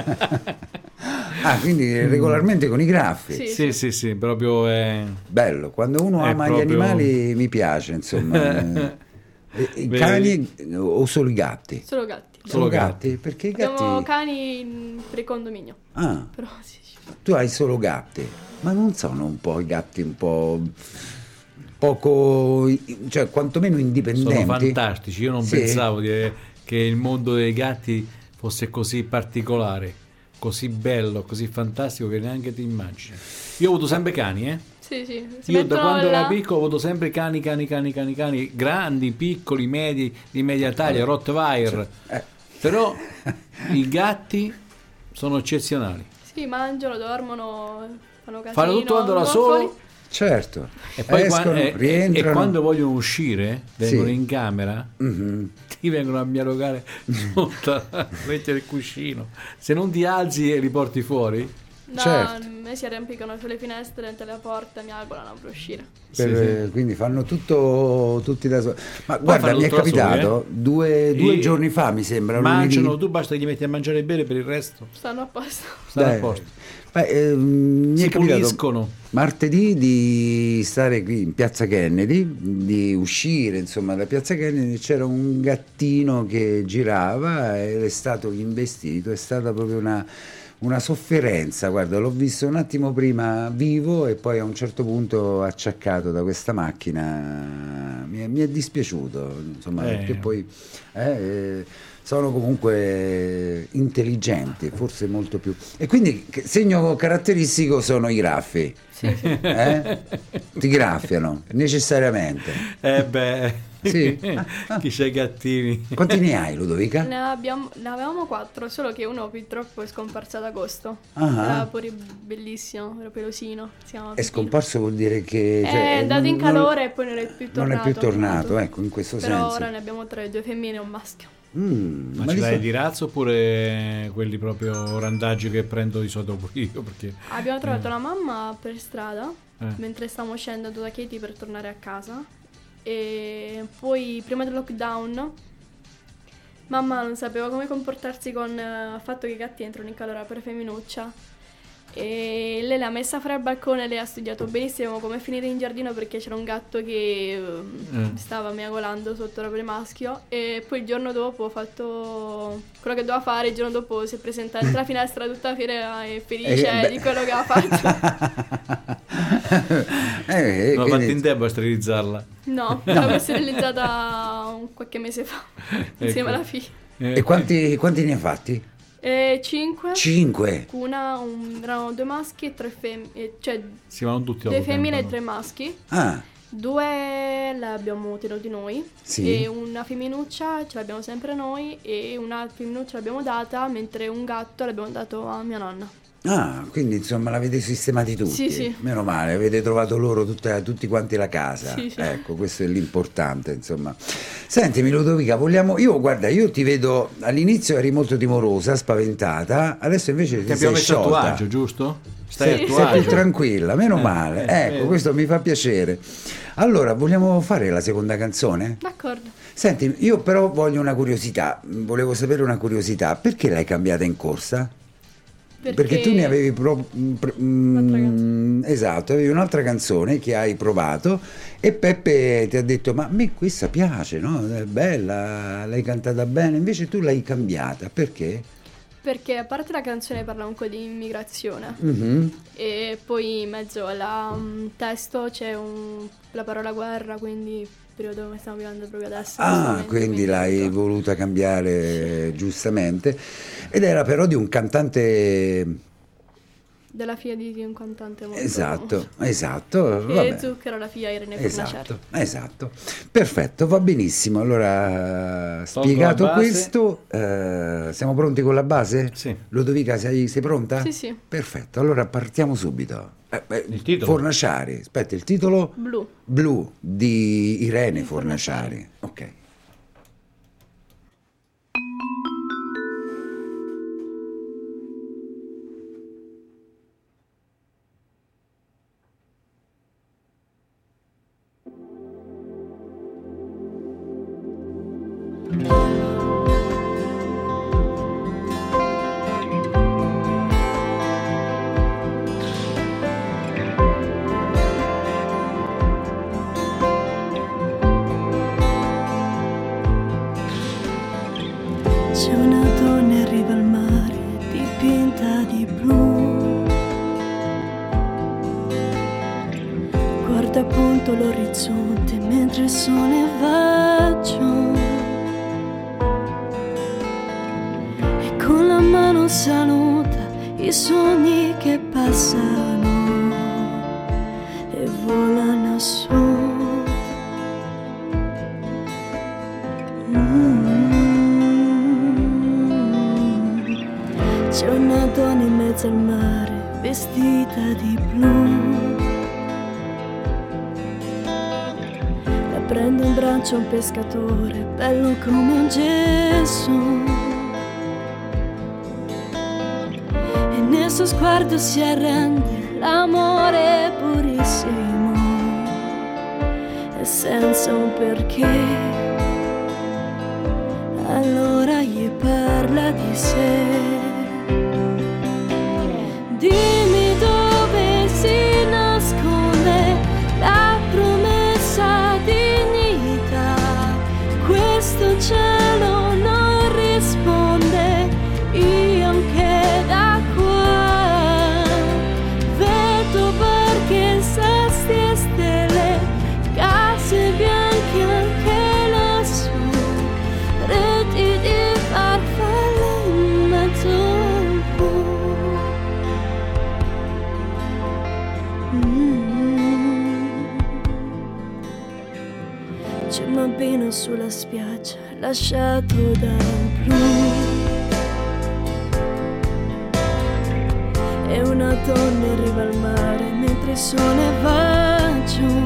[SPEAKER 3] Quindi regolarmente con i graffi.
[SPEAKER 4] Sì, proprio è...
[SPEAKER 3] Bello, quando uno ama
[SPEAKER 4] proprio...
[SPEAKER 3] gli animali mi piace, insomma. I cani o solo i gatti?
[SPEAKER 5] Solo gatti.
[SPEAKER 3] Solo gatti? Perché i gatti...
[SPEAKER 5] Abbiamo cani per il condominio. Però sì.
[SPEAKER 3] Tu hai solo gatti, ma non sono un po' i gatti un po' poco, cioè quantomeno indipendenti?
[SPEAKER 4] Sono fantastici, io non pensavo che il mondo dei gatti fosse così particolare, così bello, così fantastico che neanche ti immagini. Io ho avuto sempre cani,
[SPEAKER 5] Sì.
[SPEAKER 4] Io da quando ero piccolo ho avuto sempre cani, grandi, piccoli, medi, di media taglia, Rottweiler. Però i gatti sono eccezionali.
[SPEAKER 5] Sì, mangiano, dormono, fanno casino.
[SPEAKER 4] Fanno tutto quando da solo.
[SPEAKER 3] Certo.
[SPEAKER 4] E poi
[SPEAKER 3] rientrano.
[SPEAKER 4] E quando vogliono uscire, vengono in camera, ti vengono a miarogare sotto la rete del cuscino. Se non ti alzi e li porti fuori.
[SPEAKER 5] No,
[SPEAKER 3] certo.
[SPEAKER 5] me si arrampicano sulle finestre, dentro la porta, mi augurano per uscire.
[SPEAKER 3] Quindi fanno tutto tutti da soli. Ma guarda, mi è capitato due giorni fa, mi sembra.
[SPEAKER 4] Mangiano, tu basta che gli metti a mangiare e bere, per il resto
[SPEAKER 5] stanno a posto.
[SPEAKER 3] Mi è capitato
[SPEAKER 4] puliscono.
[SPEAKER 3] Martedì di stare qui in Piazza Kennedy, di uscire insomma da Piazza Kennedy, c'era un gattino che girava ed è stato investito, è stata proprio una sofferenza, guarda, l'ho visto un attimo prima vivo e poi a un certo punto acciaccato da questa macchina, mi è dispiaciuto, insomma, perché poi sono comunque intelligenti, forse molto più. E quindi segno caratteristico sono i graffi.
[SPEAKER 5] Sì.
[SPEAKER 3] Ti graffiano necessariamente. Sì.
[SPEAKER 4] Chi c'ha i gattini?
[SPEAKER 3] Quanti ne hai, Ludovica?
[SPEAKER 5] Ne avevamo 4, solo che uno purtroppo è scomparso ad agosto. Era pure bellissimo, era pelosino.
[SPEAKER 3] È scomparso, vuol dire che
[SPEAKER 5] è andato in calore e poi non è più tornato.
[SPEAKER 3] Non è più tornato, ecco, in questo senso.
[SPEAKER 5] Però ora ne abbiamo 3, 2 femmine e un maschio.
[SPEAKER 4] Ma ce l'hai di razza oppure quelli proprio randaggi che prendo di solito io? Perché...
[SPEAKER 5] Abbiamo trovato la mamma per strada mentre stavamo scendendo da Katie per tornare a casa. E poi prima del lockdown mamma non sapeva come comportarsi con il fatto che i gatti entrano in calore per femminuccia e lei l'ha messa fuori al balcone. Lei ha studiato benissimo come finire in giardino perché c'era un gatto che stava miagolando sotto il maschio e poi il giorno dopo ho fatto quello che doveva fare. Il giorno dopo si è presentata dentro la finestra tutta fiera e felice di quello che aveva fatto.
[SPEAKER 4] Non ho fatto in tempo a sterilizzarla.
[SPEAKER 5] No, l'avevo sterilizzata qualche mese fa insieme alla figlia.
[SPEAKER 3] E quanti ne hai fatti?
[SPEAKER 5] 5. Erano 2 maschi e 3 femmine, cioè
[SPEAKER 4] si vanno tutti
[SPEAKER 5] 2 femmine e 3 maschi. 2 le abbiamo tenuti noi,
[SPEAKER 3] Sì.
[SPEAKER 5] e una femminuccia ce l'abbiamo sempre noi, e una femminuccia l'abbiamo data, mentre un gatto l'abbiamo dato a mia nonna.
[SPEAKER 3] Ah, quindi insomma l'avete sistemati tutti.
[SPEAKER 5] Sì, sì.
[SPEAKER 3] Meno male, avete trovato loro tutti quanti la casa.
[SPEAKER 5] Sì, sì.
[SPEAKER 3] Ecco, questo è l'importante, insomma. Sentimi Ludovica, guarda, io ti vedo, all'inizio eri molto timorosa, spaventata, adesso invece
[SPEAKER 4] Ti
[SPEAKER 3] ti
[SPEAKER 4] abbiamo
[SPEAKER 3] sei
[SPEAKER 4] messo a tuo
[SPEAKER 3] sciolta.
[SPEAKER 4] agio, giusto? Stai
[SPEAKER 5] Sì.
[SPEAKER 4] a tuo
[SPEAKER 3] Sei più
[SPEAKER 4] agio.
[SPEAKER 3] tranquilla, meno male. Ecco,
[SPEAKER 4] eh.
[SPEAKER 3] questo mi fa piacere. Allora, vogliamo fare la seconda canzone?
[SPEAKER 5] D'accordo.
[SPEAKER 3] Senti, io però voglio una curiosità, volevo sapere una curiosità, perché l'hai cambiata in corsa? Perché tu ne avevi esatto, avevi un'altra canzone che hai provato e Peppe ti ha detto: ma a me questa piace, no? È bella, l'hai cantata bene, invece tu l'hai cambiata, perché?
[SPEAKER 5] Perché a parte la canzone parla un po' di immigrazione,
[SPEAKER 3] Mhm.
[SPEAKER 5] e poi in mezzo al testo c'è la parola guerra, quindi il periodo che stiamo vivendo proprio adesso. in questo
[SPEAKER 3] Ah,
[SPEAKER 5] momento,
[SPEAKER 3] quindi l'hai
[SPEAKER 5] ecco.
[SPEAKER 3] voluta cambiare giustamente, ed era però di un cantante.
[SPEAKER 5] Della figlia di un cantante molto
[SPEAKER 3] Esatto,
[SPEAKER 5] famoso.
[SPEAKER 3] esatto.
[SPEAKER 5] E
[SPEAKER 3] Vabbè.
[SPEAKER 5] Zucchero, la figlia Irene Fornaciari.
[SPEAKER 3] Esatto, perfetto, va benissimo. Allora, spiegato
[SPEAKER 4] la base.
[SPEAKER 3] questo, siamo pronti con la base?
[SPEAKER 4] Sì.
[SPEAKER 3] Ludovica, sei pronta?
[SPEAKER 5] Sì, sì.
[SPEAKER 3] Perfetto, allora partiamo subito.
[SPEAKER 4] Il titolo?
[SPEAKER 3] Fornaciari, aspetta, il titolo?
[SPEAKER 5] Blu.
[SPEAKER 3] Blu di Irene Fornaciari. Ok.
[SPEAKER 6] C'è una donna in riva al mare dipinta di blu, guarda appunto l'orizzonte mentre il sole va giù, e con la mano saluta i sogni che passano e volano su. C'è una donna in mezzo al mare vestita di blu, la prende in braccio un pescatore bello come un gesso, e nel suo sguardo si arrende l'amore purissimo e senza un perché. Allora gli parla di sé. Dimmi dove si nasconde la promessa dignità. Questo cielo non risponde, io anche da qua vedo barche, sasti e stelle, case bianche anche lassù, reti di farfalle in mezzo al blu. C'è un bambino sulla spiaggia lasciato dal blu, e una donna in riva al mare mentre il sole va giù,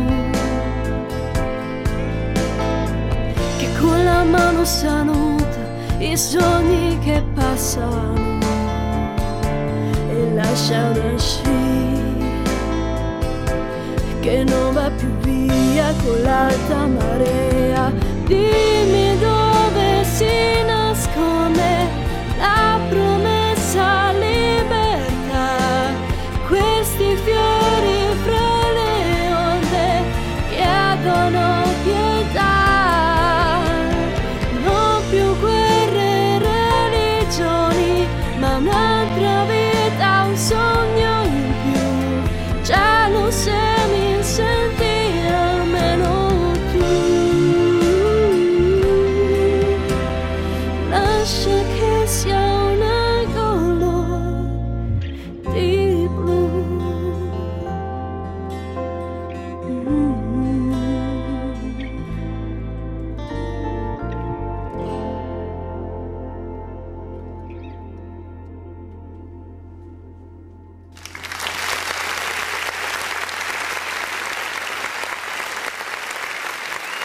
[SPEAKER 6] che con la mano saluta i sogni che passano e lascia una sci che non va più via con l'alta marea. Dimmi dove si nasconde la promessa libertà, questi fiori fra le onde chiedono pietà, non più guerre e religioni, ma un'altra vita, un sogno in più, già lo sei. Senti almeno tu, lascia che sia un angolo di blu.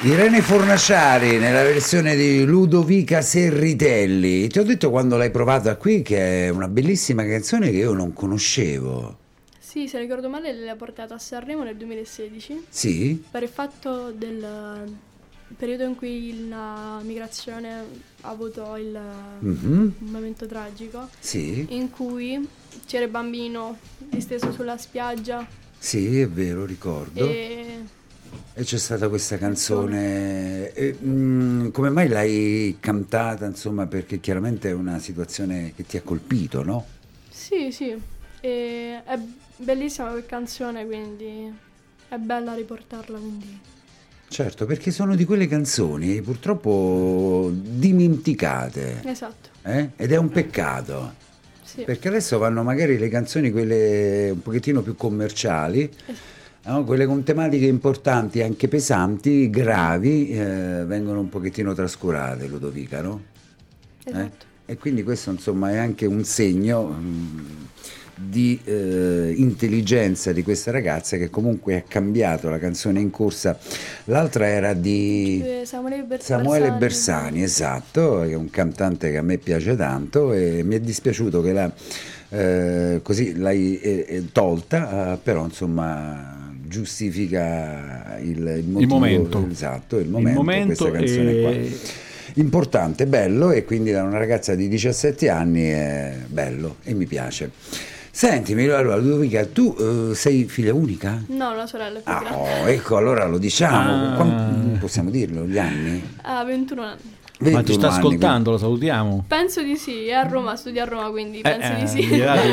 [SPEAKER 3] Irene Fornaciari nella versione di Ludovica Serritelli. Ti ho detto quando l'hai provata qui che è una bellissima canzone che io non conoscevo.
[SPEAKER 5] Sì, se ricordo male l'ha portata a Sanremo nel 2016
[SPEAKER 3] Sì?
[SPEAKER 5] per il fatto del periodo in cui la migrazione ha avuto un momento tragico,
[SPEAKER 3] Sì?
[SPEAKER 5] in cui c'era il bambino disteso sulla spiaggia
[SPEAKER 3] Sì, è vero, ricordo. E c'è stata questa canzone. Come mai l'hai cantata, insomma, perché chiaramente è una situazione che ti ha colpito, no?
[SPEAKER 5] Sì, sì, è bellissima quella canzone, quindi è bella riportarla, quindi.
[SPEAKER 3] Certo, perché sono di quelle canzoni purtroppo dimenticate.
[SPEAKER 5] Esatto.
[SPEAKER 3] Ed è un peccato.
[SPEAKER 5] Sì.
[SPEAKER 3] Perché adesso vanno magari le canzoni, quelle un pochettino più commerciali, no? Quelle con tematiche importanti, anche pesanti, gravi, vengono un pochettino trascurate, Ludovica, no?
[SPEAKER 5] Esatto.
[SPEAKER 3] E quindi questo insomma è anche un segno di intelligenza di questa ragazza, che comunque ha cambiato la canzone in corsa. L'altra era di Samuele Bersani, esatto, che è un cantante che a me piace tanto, e mi è dispiaciuto che così l'hai tolta, però insomma giustifica il motivo,
[SPEAKER 4] momento.
[SPEAKER 3] Esatto, il momento questa canzone qua. Importante, bello, e quindi da una ragazza di 17 anni è bello e mi piace. Sentimi, allora Ludovica, tu sei figlia unica?
[SPEAKER 5] No, una sorella più grande.
[SPEAKER 3] Oh, ecco, allora lo diciamo. Possiamo dirlo, gli anni?
[SPEAKER 5] Ha 21 anni.
[SPEAKER 4] Ma ci sta
[SPEAKER 3] anni,
[SPEAKER 4] ascoltando, lo salutiamo.
[SPEAKER 5] Penso di sì, è a Roma, studia a Roma, quindi penso di sì.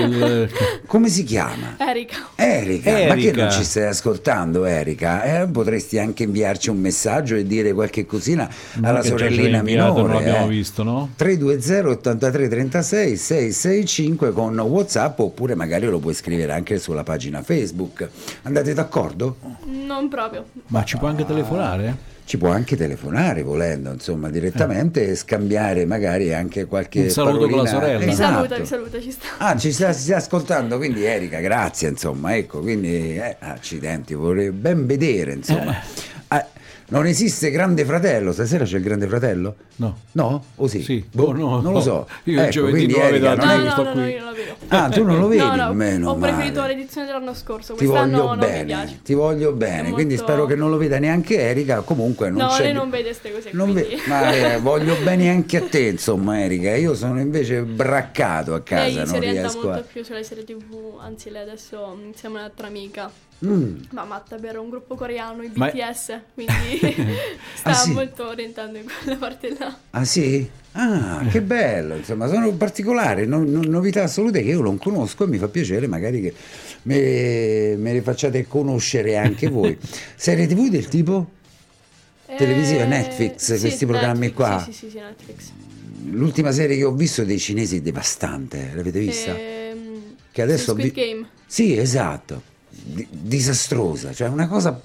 [SPEAKER 3] Come si chiama?
[SPEAKER 5] Erika.
[SPEAKER 3] Ma che non ci stai ascoltando, Erika? Potresti anche inviarci un messaggio e dire qualche cosina alla sorellina minore.
[SPEAKER 4] Non l'abbiamo visto, no?
[SPEAKER 3] 320 83 36 665 con WhatsApp, oppure magari lo puoi scrivere anche sulla pagina Facebook. Andate d'accordo?
[SPEAKER 5] Non proprio.
[SPEAKER 4] Ma ci può anche telefonare?
[SPEAKER 3] Ci può anche telefonare volendo, insomma, direttamente e scambiare magari anche qualche
[SPEAKER 4] un saluto
[SPEAKER 3] parolina.
[SPEAKER 4] con la sorella.
[SPEAKER 3] Esatto.
[SPEAKER 5] Vi saluta, ci sta.
[SPEAKER 3] Ci sta ascoltando, quindi Erika, grazie, insomma, ecco, quindi accidenti, vorrei ben vedere, insomma. Non esiste Grande Fratello, stasera c'è il Grande Fratello?
[SPEAKER 4] No.
[SPEAKER 3] No? O sì?
[SPEAKER 4] Sì.
[SPEAKER 3] Boh,
[SPEAKER 4] No.
[SPEAKER 3] Non lo so.
[SPEAKER 4] Io il giovedì non lo vedo.
[SPEAKER 3] Erika, non è che
[SPEAKER 5] No,
[SPEAKER 3] qui.
[SPEAKER 5] io non lo vedo.
[SPEAKER 3] Tu non lo vedi?
[SPEAKER 5] No,
[SPEAKER 3] Meno
[SPEAKER 5] ho preferito
[SPEAKER 3] male.
[SPEAKER 5] l'edizione dell'anno scorso,
[SPEAKER 3] Ti
[SPEAKER 5] quest'anno
[SPEAKER 3] voglio
[SPEAKER 5] non mi
[SPEAKER 3] bene,
[SPEAKER 5] piace.
[SPEAKER 3] ti voglio bene,
[SPEAKER 5] Molto...
[SPEAKER 3] quindi spero che non lo veda neanche Erika. Comunque non c'è.
[SPEAKER 5] Lei non vede queste cose
[SPEAKER 3] Ma voglio bene anche a te, insomma, Erika. Io sono invece braccato a casa.
[SPEAKER 5] Lei
[SPEAKER 3] non
[SPEAKER 5] si orienta
[SPEAKER 3] riesco
[SPEAKER 5] molto più sulle serie TV, anzi lei adesso insieme a un'altra amica ma matta per un gruppo coreano, i BTS, quindi sta
[SPEAKER 3] sì?
[SPEAKER 5] molto orientando in quella parte là.
[SPEAKER 3] Ah sì? Che bello, insomma, sono particolari, novità assolute che io non conosco, e mi fa piacere magari che me le facciate conoscere anche voi. Serie TV del tipo? Televisiva, Netflix, questi programmi
[SPEAKER 5] Netflix,
[SPEAKER 3] qua?
[SPEAKER 5] Sì, Netflix.
[SPEAKER 3] L'ultima serie che ho visto dei cinesi è devastante, l'avete vista? Che adesso
[SPEAKER 5] Squid Game.
[SPEAKER 3] Sì, esatto, disastrosa, cioè una cosa.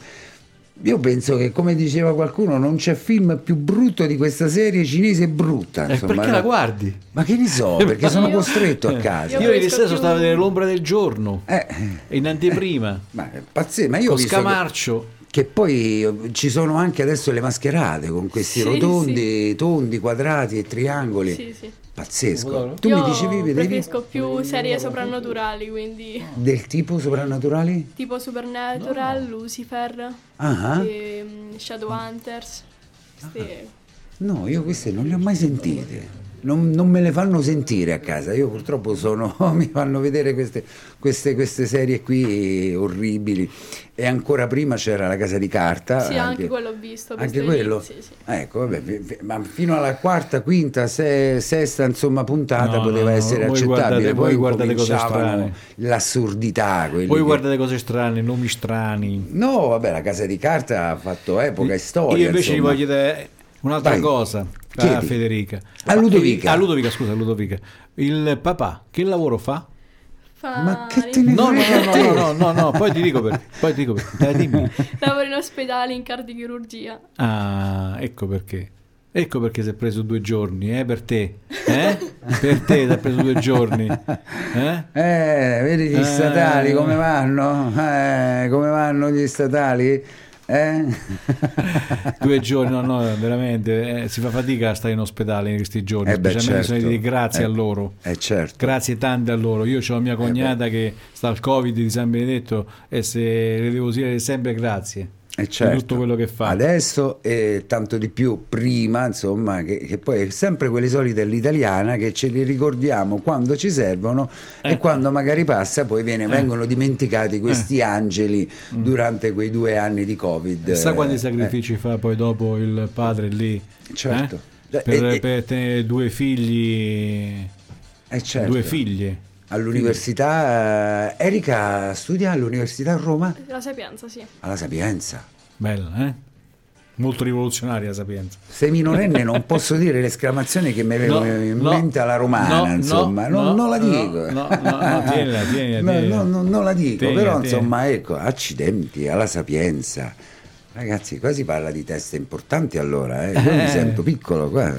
[SPEAKER 3] Io penso che, come diceva qualcuno, non c'è film più brutto di questa serie cinese brutta. Insomma,
[SPEAKER 4] perché la guardi?
[SPEAKER 3] Ma che ne so, perché sono costretto a casa.
[SPEAKER 4] Io ieri stesso stavo a vedere L'ombra del giorno in anteprima.
[SPEAKER 3] Ma è pazzesco, ma io
[SPEAKER 4] con
[SPEAKER 3] ho visto
[SPEAKER 4] Scamarcio.
[SPEAKER 3] che poi ci sono anche adesso le mascherate con questi rotondi, tondi, quadrati e triangoli.
[SPEAKER 5] Sì.
[SPEAKER 3] Pazzesco. Tu
[SPEAKER 5] Io
[SPEAKER 3] mi dicevi,
[SPEAKER 5] preferisco più serie soprannaturali, quindi
[SPEAKER 3] del tipo soprannaturali?
[SPEAKER 5] tipo Supernatural, Lucifer, Shadowhunters.
[SPEAKER 3] No, io queste non le ho mai sentite. Non me le fanno sentire a casa. Io purtroppo mi fanno vedere queste serie qui orribili. E ancora prima c'era La Casa di Carta.
[SPEAKER 5] Sì, anche quello ho visto.
[SPEAKER 3] Anche quello?
[SPEAKER 5] Sì.
[SPEAKER 3] Ecco, vabbè, ma fino alla quarta, quinta, sesta, insomma, puntata poteva essere accettabile.
[SPEAKER 4] Voi guardate cose strane.
[SPEAKER 3] L'assurdità.
[SPEAKER 4] Voi guardate cose strane, nomi strani.
[SPEAKER 3] No, vabbè, La Casa di Carta ha fatto epoca e storia.
[SPEAKER 4] Io invece
[SPEAKER 3] insomma.
[SPEAKER 4] gli voglio dire un'altra cosa.
[SPEAKER 3] Chiedi.
[SPEAKER 4] Federica.
[SPEAKER 3] A Ludovica.
[SPEAKER 4] Ludovica. Il papà che lavoro fa?
[SPEAKER 3] Ma che te ne
[SPEAKER 4] No, poi ti dico perché. Dimmi.
[SPEAKER 5] Lavoro in ospedale in cardiochirurgia.
[SPEAKER 4] Ecco perché. Ecco perché si è preso 2 giorni, per te. Per te si è preso 2 giorni.
[SPEAKER 3] Vedi gli statali come vanno? Come vanno gli statali?
[SPEAKER 4] 2 giorni, no, veramente si fa fatica a stare in ospedale in questi giorni, specialmente
[SPEAKER 3] certo.
[SPEAKER 4] bisogna dire grazie a loro.
[SPEAKER 3] Certo.
[SPEAKER 4] Grazie tante a loro. Io ho mia cognata che sta al Covid di San Benedetto e se le devo dire sempre grazie.
[SPEAKER 3] Certo.
[SPEAKER 4] Di tutto quello che fa
[SPEAKER 3] adesso e tanto di più prima, insomma, che poi è sempre quelle solite all'italiana che ce li ricordiamo quando ci servono e quando magari passa poi vengono dimenticati questi angeli durante quei 2 anni di Covid.
[SPEAKER 4] Sa quanti sacrifici fa poi dopo il padre lì?
[SPEAKER 3] Certo.
[SPEAKER 4] Per tenere 2 figli,
[SPEAKER 3] certo.
[SPEAKER 4] 2 figlie
[SPEAKER 3] all'università. Erika studia all'università a Roma?
[SPEAKER 5] La Sapienza, sì.
[SPEAKER 3] Alla Sapienza.
[SPEAKER 4] Bella, molto rivoluzionaria la Sapienza.
[SPEAKER 3] Sei minorenne, non posso dire l'esclamazione che mi aveva in mente alla romana, insomma, non la dico.
[SPEAKER 4] Tienila.
[SPEAKER 3] Non la dico, però
[SPEAKER 4] tieni.
[SPEAKER 3] insomma, ecco, accidenti alla Sapienza. Ragazzi, qua si parla di teste importanti allora, io mi sento piccolo qua.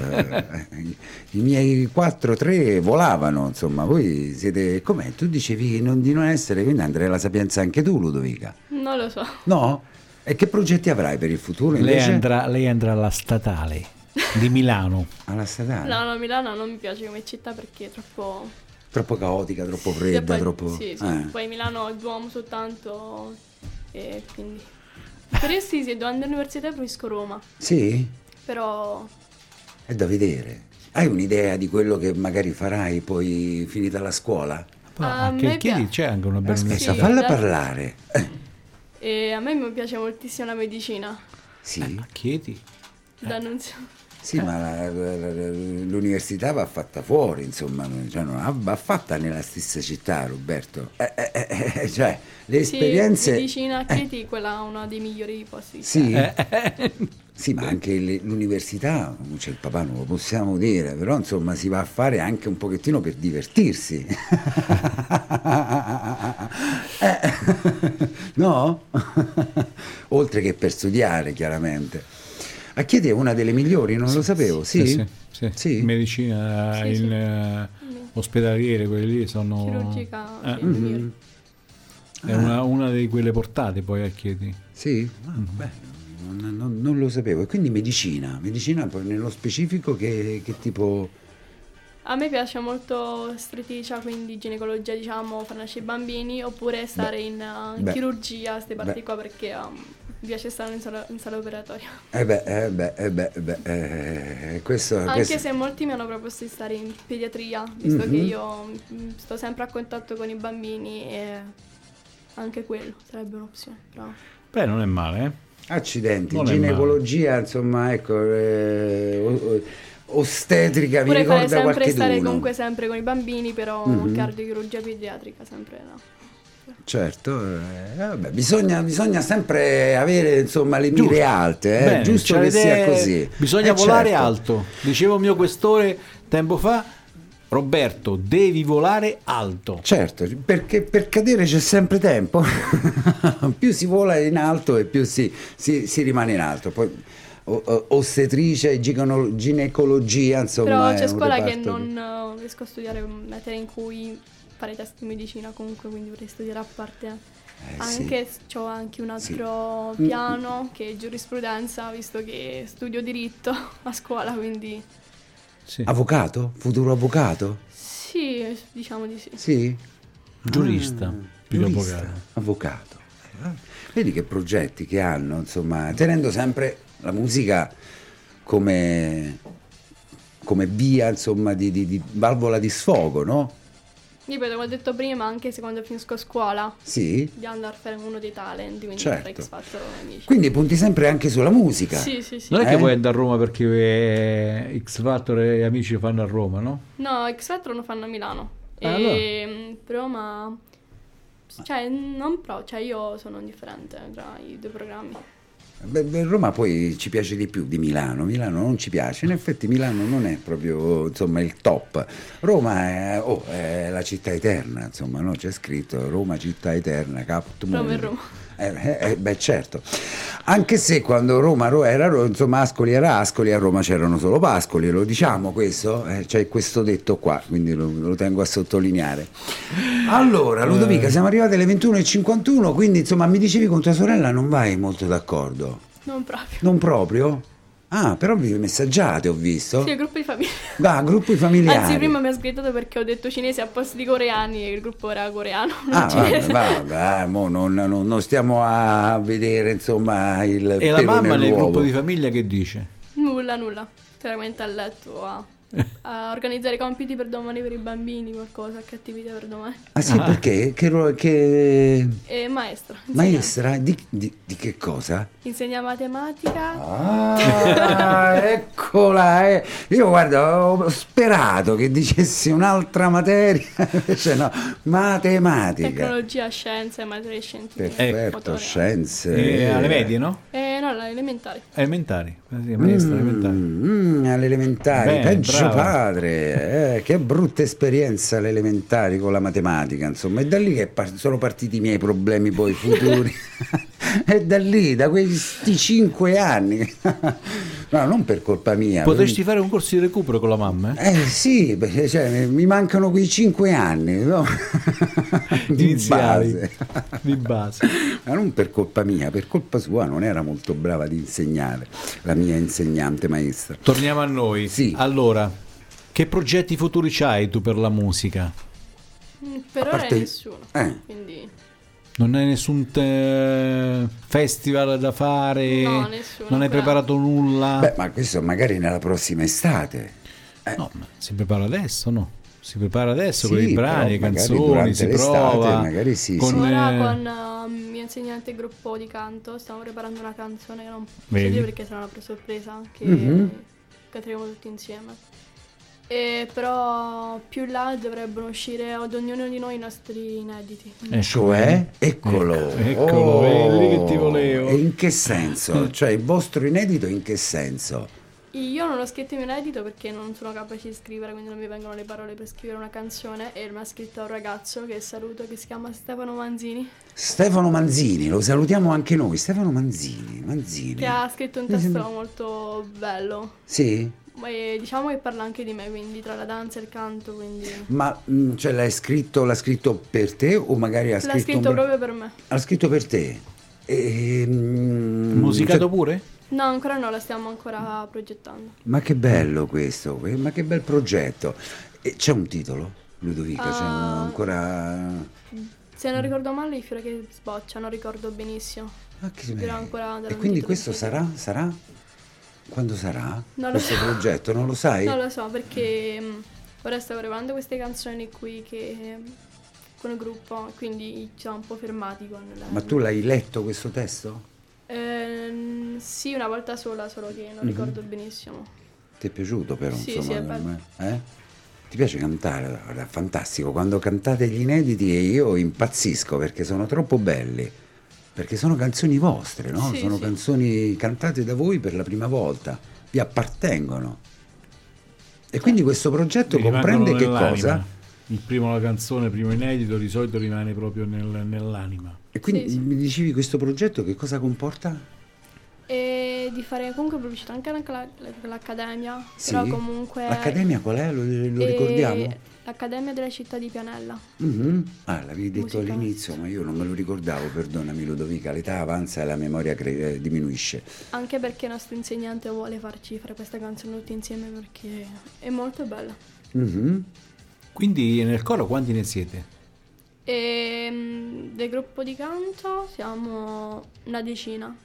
[SPEAKER 3] I miei 4-3 volavano, insomma, voi siete, com'è? Tu dicevi di non essere, quindi andrai alla Sapienza anche tu, Ludovica?
[SPEAKER 5] Non lo so.
[SPEAKER 3] No? E che progetti avrai per il futuro invece?
[SPEAKER 4] Lei andrà alla statale di Milano.
[SPEAKER 3] Alla statale?
[SPEAKER 5] No, Milano non mi piace come città perché è
[SPEAKER 3] troppo caotica, troppo
[SPEAKER 5] sì,
[SPEAKER 3] fredda,
[SPEAKER 5] poi,
[SPEAKER 3] troppo...
[SPEAKER 5] Sì. Poi Milano è Duomo soltanto e quindi... Per io sì, devo andare all'università preferisco Roma.
[SPEAKER 3] Sì?
[SPEAKER 5] Però...
[SPEAKER 3] È da vedere. Hai un'idea di quello che magari farai poi finita la scuola?
[SPEAKER 4] Chiedi, c'è anche una bella
[SPEAKER 3] Aspetta,
[SPEAKER 5] Sì,
[SPEAKER 3] falla parlare.
[SPEAKER 5] E a me mi piace moltissimo la medicina.
[SPEAKER 3] Sì?
[SPEAKER 4] Chiedi.
[SPEAKER 5] D'Annunzio.
[SPEAKER 3] Sì, ma l'università va fatta fuori, insomma, cioè non va fatta nella stessa città, Roberto. Cioè, le esperienze...
[SPEAKER 5] Sì, medicina a Chieti, quella è uno dei migliori posti.
[SPEAKER 3] Sì, sì, ma anche l'università, cioè il papà non lo possiamo dire, però insomma si va a fare anche un pochettino per divertirsi. No? Oltre che per studiare, chiaramente. A Chieti è una delle migliori, non lo sapevo, sì?
[SPEAKER 4] Sì. Medicina, ospedaliere, quelli lì sono...
[SPEAKER 5] Chirurgica, sì, migliori.
[SPEAKER 4] È una di quelle portate poi a Chieti.
[SPEAKER 3] Sì? Beh, non lo sapevo. E quindi medicina poi nello specifico che tipo...
[SPEAKER 5] A me piace molto ostetricia, quindi ginecologia, diciamo, far nascere i bambini, oppure stare in chirurgia, queste parti qua, perché mi piace stare in sala operatoria.
[SPEAKER 3] Questo...
[SPEAKER 5] Se molti mi hanno proposto di stare in pediatria, visto che io sto sempre a contatto con i bambini e anche quello sarebbe un'opzione. Però...
[SPEAKER 4] Beh, non è male,
[SPEAKER 3] Accidenti,
[SPEAKER 4] non
[SPEAKER 3] ginecologia, insomma, ecco... ostetrica,
[SPEAKER 5] oppure
[SPEAKER 3] mi ricorda
[SPEAKER 5] sempre
[SPEAKER 3] qualche
[SPEAKER 5] stare comunque sempre con i bambini, però cardiochirurgia pediatrica sempre no.
[SPEAKER 3] Certo, vabbè, bisogna sempre avere insomma le mire alte,
[SPEAKER 4] Bene,
[SPEAKER 3] giusto che sia così.
[SPEAKER 4] Bisogna volare alto. Dicevo mio questore tempo fa, Roberto, devi volare alto.
[SPEAKER 3] Certo, perché per cadere c'è sempre tempo. Più si vola in alto e più si rimane in alto. Poi ostetricia e ginecologia, insomma.
[SPEAKER 5] Però c'è scuola che non riesco a studiare materie in cui fare test di medicina comunque, quindi vorrei studiare a parte. Anche c'ho anche un altro piano che è giurisprudenza, visto che studio diritto a scuola, quindi...
[SPEAKER 4] Sì.
[SPEAKER 3] Avvocato? Futuro avvocato?
[SPEAKER 5] Sì, diciamo di sì.
[SPEAKER 3] Sì?
[SPEAKER 4] Giurista, più che
[SPEAKER 3] avvocato. Vedi che progetti che hanno, insomma, tenendo sempre la musica come via, insomma, di valvola di sfogo, no?
[SPEAKER 5] Io poi, come ho detto prima, anche se quando finisco scuola,
[SPEAKER 3] sì,
[SPEAKER 5] di andare a fare uno dei talent, quindi
[SPEAKER 3] certo.
[SPEAKER 5] X Factor amici.
[SPEAKER 3] Quindi punti sempre anche sulla musica.
[SPEAKER 5] Sì.
[SPEAKER 4] Non è che vuoi andare a Roma perché X Factor e amici lo fanno a Roma, no?
[SPEAKER 5] No, X Factor lo fanno a Milano.
[SPEAKER 3] Allora.
[SPEAKER 5] Roma... Cioè, non pro, cioè io sono indifferente tra i due programmi.
[SPEAKER 3] Beh, Roma poi ci piace di più di Milano non ci piace, in effetti Milano non è proprio, insomma, il top. Roma è la città eterna, insomma, no? C'è scritto Roma città eterna, caput mundi.
[SPEAKER 5] Roma.
[SPEAKER 3] Beh, certo. Anche se quando Roma era insomma, Ascoli era Ascoli, a Roma c'erano solo Pascoli, lo diciamo questo? C'è questo detto qua, quindi lo tengo a sottolineare. Allora, Ludovica, siamo arrivati alle 21:51, quindi insomma mi dicevi con tua sorella non vai molto d'accordo.
[SPEAKER 5] Non proprio.
[SPEAKER 3] Non proprio? Ah, però vi messaggiate, ho visto.
[SPEAKER 5] Sì, il gruppo di famiglia.
[SPEAKER 3] Gruppi familiari.
[SPEAKER 5] Anzi, prima mi ha scrittato perché ho detto cinese a posto di coreani e il gruppo era coreano, non
[SPEAKER 3] Ah,
[SPEAKER 5] cinese.
[SPEAKER 3] vabbè, mo non stiamo a vedere insomma il
[SPEAKER 4] E la
[SPEAKER 3] pelo
[SPEAKER 4] mamma nel
[SPEAKER 3] nell'uovo.
[SPEAKER 4] gruppo di famiglia che dice?
[SPEAKER 5] Nulla. Veramente a letto a organizzare compiti per domani per i bambini, qualcosa, che attività per domani.
[SPEAKER 3] Ah sì, perché? Che
[SPEAKER 5] E maestra.
[SPEAKER 3] maestra? Di che cosa?
[SPEAKER 5] Insegna matematica.
[SPEAKER 3] Ah, eccola. Io guarda, ho sperato che dicessi un'altra materia, invece no, matematica.
[SPEAKER 5] Tecnologia, scienze e materie scientifiche.
[SPEAKER 3] Perfetto,
[SPEAKER 5] Motore.
[SPEAKER 3] scienze.
[SPEAKER 4] Alle medie, no?
[SPEAKER 5] No, alle elementari.
[SPEAKER 4] Elementari. Sì, maestra elementari.
[SPEAKER 3] Alle elementari,
[SPEAKER 4] Bene,
[SPEAKER 3] peggio
[SPEAKER 4] brava.
[SPEAKER 3] padre, che brutta esperienza alle elementari con la matematica, insomma, è da lì che sono partiti i miei problemi poi futuri. È da lì, da questi 5 anni. No, non per colpa mia.
[SPEAKER 4] Potresti fare un corso di recupero con la mamma?
[SPEAKER 3] Sì, cioè, mi mancano quei 5 anni, no? Di
[SPEAKER 4] Iniziali.
[SPEAKER 3] base.
[SPEAKER 4] Di base.
[SPEAKER 3] Ma non per colpa mia, per colpa sua, non era molto brava ad insegnare, la mia insegnante maestra.
[SPEAKER 4] Torniamo a noi.
[SPEAKER 3] Sì.
[SPEAKER 4] Allora, che progetti futuri c'hai tu per la musica?
[SPEAKER 5] Per
[SPEAKER 3] A
[SPEAKER 5] ora
[SPEAKER 3] parte-
[SPEAKER 5] nessuno. Quindi
[SPEAKER 4] Non hai nessun festival da fare?
[SPEAKER 5] No, nessuno,
[SPEAKER 4] Non hai
[SPEAKER 5] ancora.
[SPEAKER 4] preparato nulla?
[SPEAKER 3] Beh, ma questo magari nella prossima estate.
[SPEAKER 4] No, ma si prepara adesso, no? Si prepara adesso con
[SPEAKER 3] Sì,
[SPEAKER 4] i brani, le
[SPEAKER 3] però magari
[SPEAKER 4] canzoni,
[SPEAKER 3] durante
[SPEAKER 4] si
[SPEAKER 3] l'estate,
[SPEAKER 4] prova.
[SPEAKER 3] magari sì,
[SPEAKER 4] con,
[SPEAKER 3] sì.
[SPEAKER 5] ora con il mio insegnante gruppo di canto stiamo preparando una canzone che non posso
[SPEAKER 4] Vedi?
[SPEAKER 5] dire perché sarà una sorpresa che canteremo tutti insieme. Però più là dovrebbero uscire ad ognuno di noi i nostri inediti.
[SPEAKER 3] Cioè, eccolo.
[SPEAKER 4] Eccolo, vedi che ti volevo.
[SPEAKER 3] E in che senso? Cioè, il vostro inedito in che senso?
[SPEAKER 5] Io non ho scritto il mio inedito perché non sono capace di scrivere, quindi non mi vengono le parole per scrivere una canzone, e mi ha scritto un ragazzo che saluto che si chiama Stefano Manzini,
[SPEAKER 3] Stefano Manzini, lo salutiamo anche noi. Stefano Manzini.
[SPEAKER 5] che ha scritto un testo molto bello.
[SPEAKER 3] Sì?
[SPEAKER 5] E diciamo che parla anche di me, quindi tra la danza e il canto, quindi
[SPEAKER 3] Ma cioè, l'ha scritto per te o magari ha
[SPEAKER 5] l'ha
[SPEAKER 3] scritto
[SPEAKER 5] scritto proprio per me.
[SPEAKER 3] Ha scritto per te?
[SPEAKER 4] Musicato
[SPEAKER 3] cioè,
[SPEAKER 4] pure?
[SPEAKER 5] No, ancora no, la stiamo ancora progettando.
[SPEAKER 3] ma che bello questo, ma che bel progetto. E c'è un titolo, Ludovica? C'è ancora...
[SPEAKER 5] Se non ricordo male, il fiore che sboccia, non ricordo benissimo.
[SPEAKER 3] Ah, che
[SPEAKER 5] Però
[SPEAKER 3] bello.
[SPEAKER 5] ancora
[SPEAKER 3] E
[SPEAKER 5] darò un
[SPEAKER 3] quindi
[SPEAKER 5] titolo
[SPEAKER 3] questo
[SPEAKER 5] preciso.
[SPEAKER 3] sarà? Quando sarà?
[SPEAKER 5] Non lo
[SPEAKER 3] questo
[SPEAKER 5] so.
[SPEAKER 3] progetto, non lo sai?
[SPEAKER 5] Non lo so, perché ora stavo preparando queste canzoni qui che con il gruppo, quindi ci siamo un po' fermati con
[SPEAKER 3] Ma tu l'hai letto questo testo?
[SPEAKER 5] sì, una volta sola, solo che non ricordo benissimo.
[SPEAKER 3] Ti è piaciuto però?
[SPEAKER 5] Sì,
[SPEAKER 3] insomma,
[SPEAKER 5] sì, è bello.
[SPEAKER 3] Ti piace cantare? Guarda, è fantastico, quando cantate gli inediti io impazzisco perché sono troppo belli, perché sono canzoni vostre, no?
[SPEAKER 5] Sì,
[SPEAKER 3] Sono
[SPEAKER 5] sì.
[SPEAKER 3] canzoni cantate da voi per la prima volta, vi appartengono. E quindi questo progetto
[SPEAKER 4] Mi
[SPEAKER 3] comprende
[SPEAKER 4] rimangono
[SPEAKER 3] che
[SPEAKER 4] nell'anima.
[SPEAKER 3] cosa?
[SPEAKER 4] Il primo, la canzone, il primo inedito di solito rimane proprio nell'anima.
[SPEAKER 3] E quindi
[SPEAKER 5] Sì, sì.
[SPEAKER 3] mi dicevi questo progetto che cosa comporta?
[SPEAKER 5] E di fare comunque pubblicità anche all'Accademia,
[SPEAKER 3] Sì?
[SPEAKER 5] però comunque...
[SPEAKER 3] L'Accademia qual è? Lo ricordiamo?
[SPEAKER 5] L'Accademia della città di Pianella.
[SPEAKER 3] Mhm. Ah, l'avevi detto
[SPEAKER 5] Musicale.
[SPEAKER 3] all'inizio, ma io non me lo ricordavo, perdonami Ludovica, l'età avanza e la memoria diminuisce.
[SPEAKER 5] Anche perché il nostro insegnante vuole farci fare questa canzone tutti insieme perché è molto bella.
[SPEAKER 3] Mhm.
[SPEAKER 4] Quindi nel coro quanti ne siete?
[SPEAKER 5] E del gruppo di canto siamo una decina.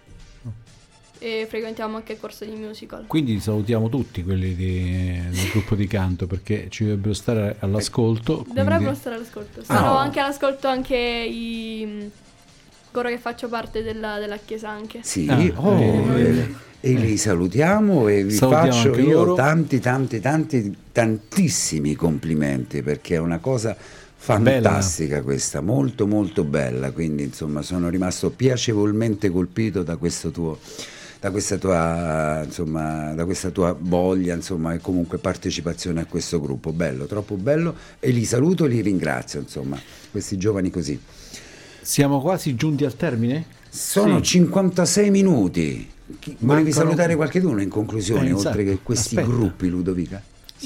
[SPEAKER 5] E frequentiamo anche il corso di musical.
[SPEAKER 4] Quindi salutiamo tutti quelli del gruppo di canto perché ci dovrebbero stare all'ascolto. quindi-
[SPEAKER 5] Dovrebbero stare all'ascolto. Sono anche all'ascolto anche i coro che faccio parte della chiesa anche.
[SPEAKER 3] Sì,
[SPEAKER 4] Ah,
[SPEAKER 3] e li salutiamo e vi
[SPEAKER 4] Salutiamo
[SPEAKER 3] faccio
[SPEAKER 4] anche
[SPEAKER 3] io
[SPEAKER 4] loro.
[SPEAKER 3] tantissimi complimenti perché è una cosa fantastica questa, molto molto bella, quindi insomma sono rimasto piacevolmente colpito da questo tuo da questa tua insomma da questa tua voglia insomma e comunque partecipazione a questo gruppo, bello, troppo bello, e li saluto e li ringrazio, insomma, questi giovani così.
[SPEAKER 4] Siamo quasi giunti al termine?
[SPEAKER 3] Sono 56 minuti. Volevi
[SPEAKER 4] Mancano-
[SPEAKER 3] salutare qualcuno in conclusione,
[SPEAKER 4] esatto.
[SPEAKER 3] oltre che questi
[SPEAKER 4] Aspetta.
[SPEAKER 3] gruppi, Ludovica?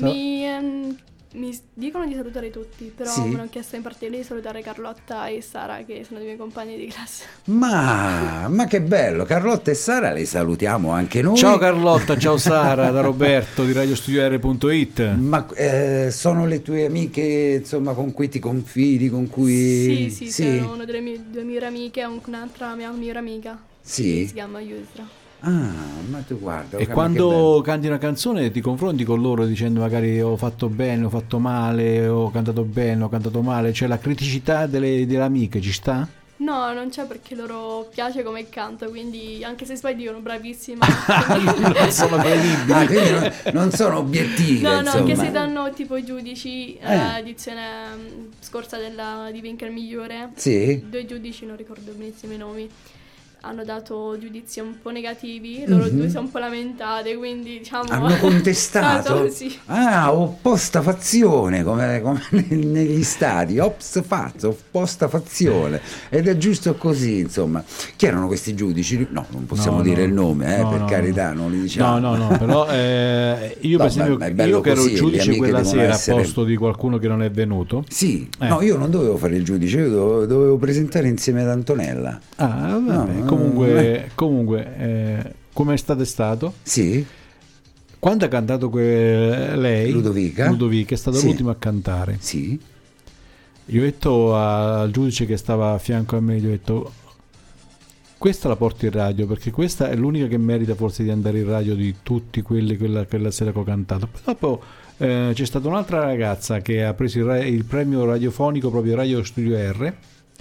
[SPEAKER 5] Mi dicono di salutare tutti, però
[SPEAKER 3] Sì?
[SPEAKER 5] mi hanno chiesto in particolare di salutare Carlotta e Sara, che sono i miei compagni di classe.
[SPEAKER 3] Ma che bello, Carlotta e Sara le salutiamo anche noi.
[SPEAKER 4] Ciao Carlotta, ciao Sara, da Roberto di radiostudio.it.
[SPEAKER 3] Ma sono le tue amiche, insomma, con cui ti confidi, con cui...
[SPEAKER 5] Sì, sono una delle mie due migliori amiche e un'altra mia migliore amica.
[SPEAKER 3] Sì?
[SPEAKER 5] Si chiama Yusra.
[SPEAKER 3] Ah, ma tu guarda.
[SPEAKER 4] E
[SPEAKER 3] ma che
[SPEAKER 4] quando
[SPEAKER 3] bello.
[SPEAKER 4] canti una canzone ti confronti con loro dicendo magari ho fatto bene, ho fatto male, ho cantato bene, ho cantato male, cioè la criticità delle amiche ci sta?
[SPEAKER 5] No, non c'è, perché loro piace come canto, quindi anche se sbagli dicono bravissima.
[SPEAKER 4] Non sono credibili.
[SPEAKER 3] Ah, quindi non sono obiettive,
[SPEAKER 5] No,
[SPEAKER 3] insomma.
[SPEAKER 5] anche se danno tipo i giudici, edizione scorsa di Vinca il migliore,
[SPEAKER 3] Sì?
[SPEAKER 5] 2 giudici, non ricordo benissimo i nomi, hanno dato giudizi un po' negativi, loro due si sono un po' lamentate, quindi diciamo...
[SPEAKER 3] Hanno contestato?
[SPEAKER 5] Sì.
[SPEAKER 3] Ah, opposta fazione, come negli stadi, opposta fazione. Ed è giusto così, insomma. Chi erano questi giudici? No, non possiamo
[SPEAKER 4] No,
[SPEAKER 3] dire
[SPEAKER 4] no.
[SPEAKER 3] il nome,
[SPEAKER 4] No,
[SPEAKER 3] per
[SPEAKER 4] no,
[SPEAKER 3] carità, non li diciamo.
[SPEAKER 4] No, però io
[SPEAKER 3] No,
[SPEAKER 4] per esempio,
[SPEAKER 3] ma è bello
[SPEAKER 4] io che ero
[SPEAKER 3] così,
[SPEAKER 4] il
[SPEAKER 3] le
[SPEAKER 4] giudice
[SPEAKER 3] amiche
[SPEAKER 4] quella
[SPEAKER 3] devono
[SPEAKER 4] sera
[SPEAKER 3] essere-
[SPEAKER 4] a posto di qualcuno che non è venuto.
[SPEAKER 3] Sì, no, io non dovevo fare il giudice, io dovevo presentare insieme ad Antonella.
[SPEAKER 4] Ah, vabbè,
[SPEAKER 3] No,
[SPEAKER 4] comunque, come è stato?
[SPEAKER 3] Sì?
[SPEAKER 4] Quando ha cantato lei,
[SPEAKER 3] Ludovica?
[SPEAKER 4] è stata
[SPEAKER 3] Sì.
[SPEAKER 4] l'ultima a cantare.
[SPEAKER 3] Sì?
[SPEAKER 4] Io ho detto al giudice che stava a fianco a me, gli ho detto questa la porto in radio, perché questa è l'unica che merita forse di andare in radio di tutti quelli quella sera che ho cantato. Poi dopo c'è stata un'altra ragazza che ha preso il premio radiofonico proprio Radio Studio R,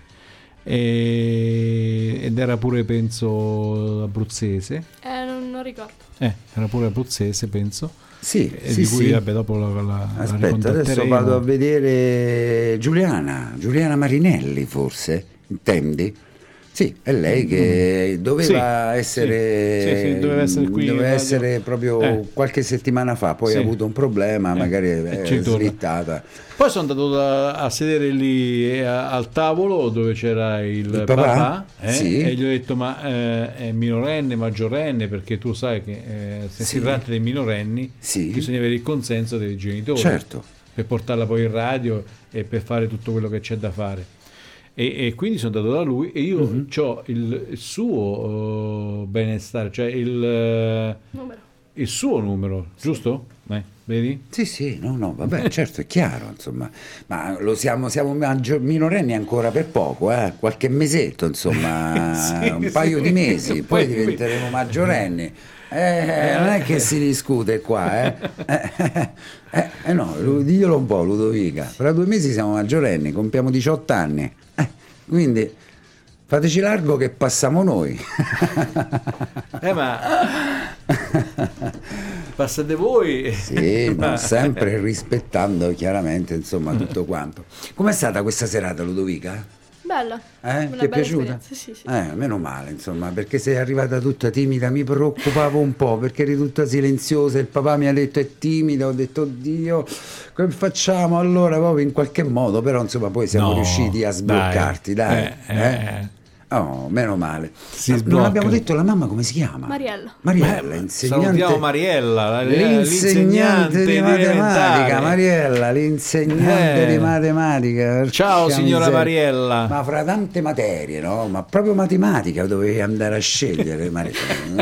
[SPEAKER 4] ed era pure penso abruzzese,
[SPEAKER 5] Non ricordo.
[SPEAKER 4] era pure abruzzese penso,
[SPEAKER 3] Sì,
[SPEAKER 4] e
[SPEAKER 3] sì,
[SPEAKER 4] di cui
[SPEAKER 3] sì.
[SPEAKER 4] vabbè dopo la
[SPEAKER 3] Aspetta, adesso
[SPEAKER 4] ricontatteremo.
[SPEAKER 3] vado a vedere Giuliana Marinelli, forse, intendi? Sì, è lei che doveva
[SPEAKER 4] Sì,
[SPEAKER 3] essere,
[SPEAKER 4] sì, doveva essere qui in
[SPEAKER 3] doveva
[SPEAKER 4] radio.
[SPEAKER 3] essere proprio qualche settimana fa, poi
[SPEAKER 4] Sì.
[SPEAKER 3] ha avuto un problema, magari è
[SPEAKER 4] ci torna.
[SPEAKER 3] slittata.
[SPEAKER 4] Poi sono andato a sedere lì al tavolo dove c'era il
[SPEAKER 3] papà?
[SPEAKER 4] papà,
[SPEAKER 3] Sì.
[SPEAKER 4] e gli ho detto ma è minorenne, maggiorenne, perché tu sai che se si tratta dei minorenni
[SPEAKER 3] Sì.
[SPEAKER 4] bisogna avere il consenso dei genitori,
[SPEAKER 3] Certo.
[SPEAKER 4] per portarla poi in radio e per fare tutto quello che c'è da fare. E quindi sono andato da lui e io ho il suo benestare, cioè
[SPEAKER 5] Numero.
[SPEAKER 4] il suo numero, giusto? Vedi?
[SPEAKER 3] Sì, no, vabbè, certo, è chiaro, insomma, ma siamo minorenni ancora per poco, qualche mesetto, insomma,
[SPEAKER 4] Sì,
[SPEAKER 3] un paio
[SPEAKER 4] sì.
[SPEAKER 3] di mesi, poi
[SPEAKER 4] Poi-
[SPEAKER 3] diventeremo maggiorenni. Non è che si discute qua, no, diglielo un po', Ludovica, fra 2 mesi siamo maggiorenni, compiamo 18 anni, quindi fateci largo che passiamo noi.
[SPEAKER 4] Ma passate voi.
[SPEAKER 3] Sì, no, sempre rispettando chiaramente, insomma, tutto quanto. Com'è stata questa serata, Ludovica?
[SPEAKER 5] Bella.
[SPEAKER 3] Ti
[SPEAKER 5] Una
[SPEAKER 3] è
[SPEAKER 5] bella
[SPEAKER 3] piaciuta?
[SPEAKER 5] esperienza, sì.
[SPEAKER 3] Meno male, insomma, perché sei arrivata tutta timida, mi preoccupavo un po', perché eri tutta silenziosa, il papà mi ha detto è timida, ho detto oddio, come facciamo allora, proprio in qualche modo, però insomma poi siamo
[SPEAKER 4] No,
[SPEAKER 3] riusciti a sbloccarti, dai. Oh, meno male.
[SPEAKER 4] Si
[SPEAKER 3] Non
[SPEAKER 4] sblocca.
[SPEAKER 3] abbiamo detto la mamma come si chiama?
[SPEAKER 5] Mariella.
[SPEAKER 3] insegnante.
[SPEAKER 4] Salutiamo Mariella,
[SPEAKER 3] L'insegnante di matematica,
[SPEAKER 4] elementare.
[SPEAKER 3] Mariella, l'insegnante di matematica.
[SPEAKER 4] Ciao,
[SPEAKER 3] Porca
[SPEAKER 4] signora
[SPEAKER 3] miseria.
[SPEAKER 4] Mariella.
[SPEAKER 3] Ma fra tante materie, no? Ma proprio matematica dovevi andare a scegliere, Mariella.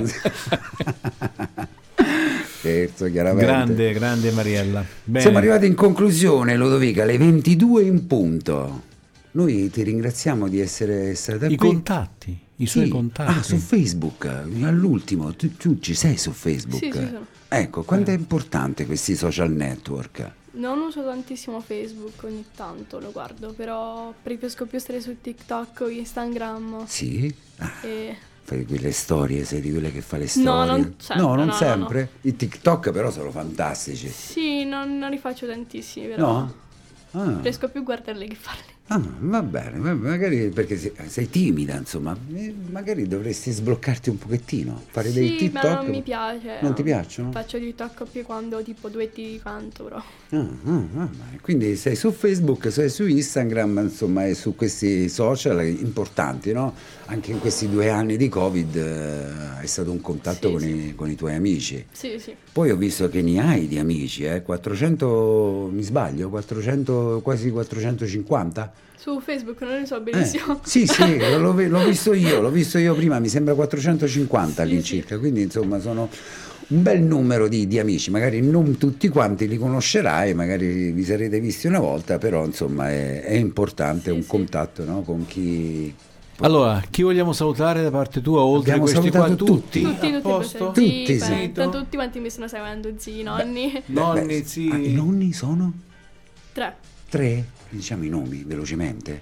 [SPEAKER 3] Scherzo, chiaramente.
[SPEAKER 4] Grande Mariella. Bene.
[SPEAKER 3] Siamo arrivati in conclusione, Ludovica, alle 22 in punto. Noi ti ringraziamo di essere stata
[SPEAKER 4] I
[SPEAKER 3] qui.
[SPEAKER 4] contatti, i suoi
[SPEAKER 3] Sì.
[SPEAKER 4] contatti.
[SPEAKER 3] Ah, su Facebook, all'ultimo, tu ci sei su Facebook?
[SPEAKER 5] Sì, sono.
[SPEAKER 3] Ecco, quanto è importante questi social network?
[SPEAKER 5] Non uso tantissimo Facebook, ogni tanto lo guardo, però preferisco più stare su TikTok o Instagram.
[SPEAKER 3] Sì? Ah,
[SPEAKER 5] E...
[SPEAKER 3] fai quelle storie, sei di quelle che fa le storie?
[SPEAKER 5] No, non sempre,
[SPEAKER 3] No, non
[SPEAKER 5] no,
[SPEAKER 3] sempre? I TikTok però sono fantastici.
[SPEAKER 5] Sì, non li faccio tantissimi, però
[SPEAKER 3] No? Ah.
[SPEAKER 5] preferisco più guardarli che farli.
[SPEAKER 3] Ah, va bene, magari perché sei timida, insomma, magari dovresti sbloccarti un pochettino, fare dei
[SPEAKER 5] Sì,
[SPEAKER 3] TikTok.
[SPEAKER 5] ma non mi piace.
[SPEAKER 3] Non ti piacciono?
[SPEAKER 5] Faccio TikTok più quando tipo duetti di canto, però.
[SPEAKER 3] Va bene. Quindi sei su Facebook, sei su Instagram, insomma, e su questi social importanti, no? Anche in questi 2 anni di Covid hai stato un contatto con i tuoi amici.
[SPEAKER 5] Sì, sì.
[SPEAKER 3] Poi ho visto che ne hai di amici, 400, mi sbaglio, 400, quasi 450?
[SPEAKER 5] Su Facebook non ne so benissimo.
[SPEAKER 3] Sì, l'ho visto io prima, mi sembra 450
[SPEAKER 5] Sì,
[SPEAKER 3] all'incirca, quindi insomma sono un bel numero di amici, magari non tutti quanti li conoscerai, magari vi sarete visti una volta, però insomma è importante un contatto, no? Con chi...
[SPEAKER 4] Allora, chi vogliamo salutare da parte tua oltre
[SPEAKER 3] Abbiamo
[SPEAKER 4] questi qua?
[SPEAKER 3] salutato tutti.
[SPEAKER 5] Tutti,
[SPEAKER 4] A posto?
[SPEAKER 3] Tutti, sì.
[SPEAKER 5] penso, tutti quanti mi stanno seguendo, zii, nonni.
[SPEAKER 4] Nonni, zii.
[SPEAKER 3] I nonni sono
[SPEAKER 5] 3.
[SPEAKER 3] 3? Diciamo i nomi velocemente.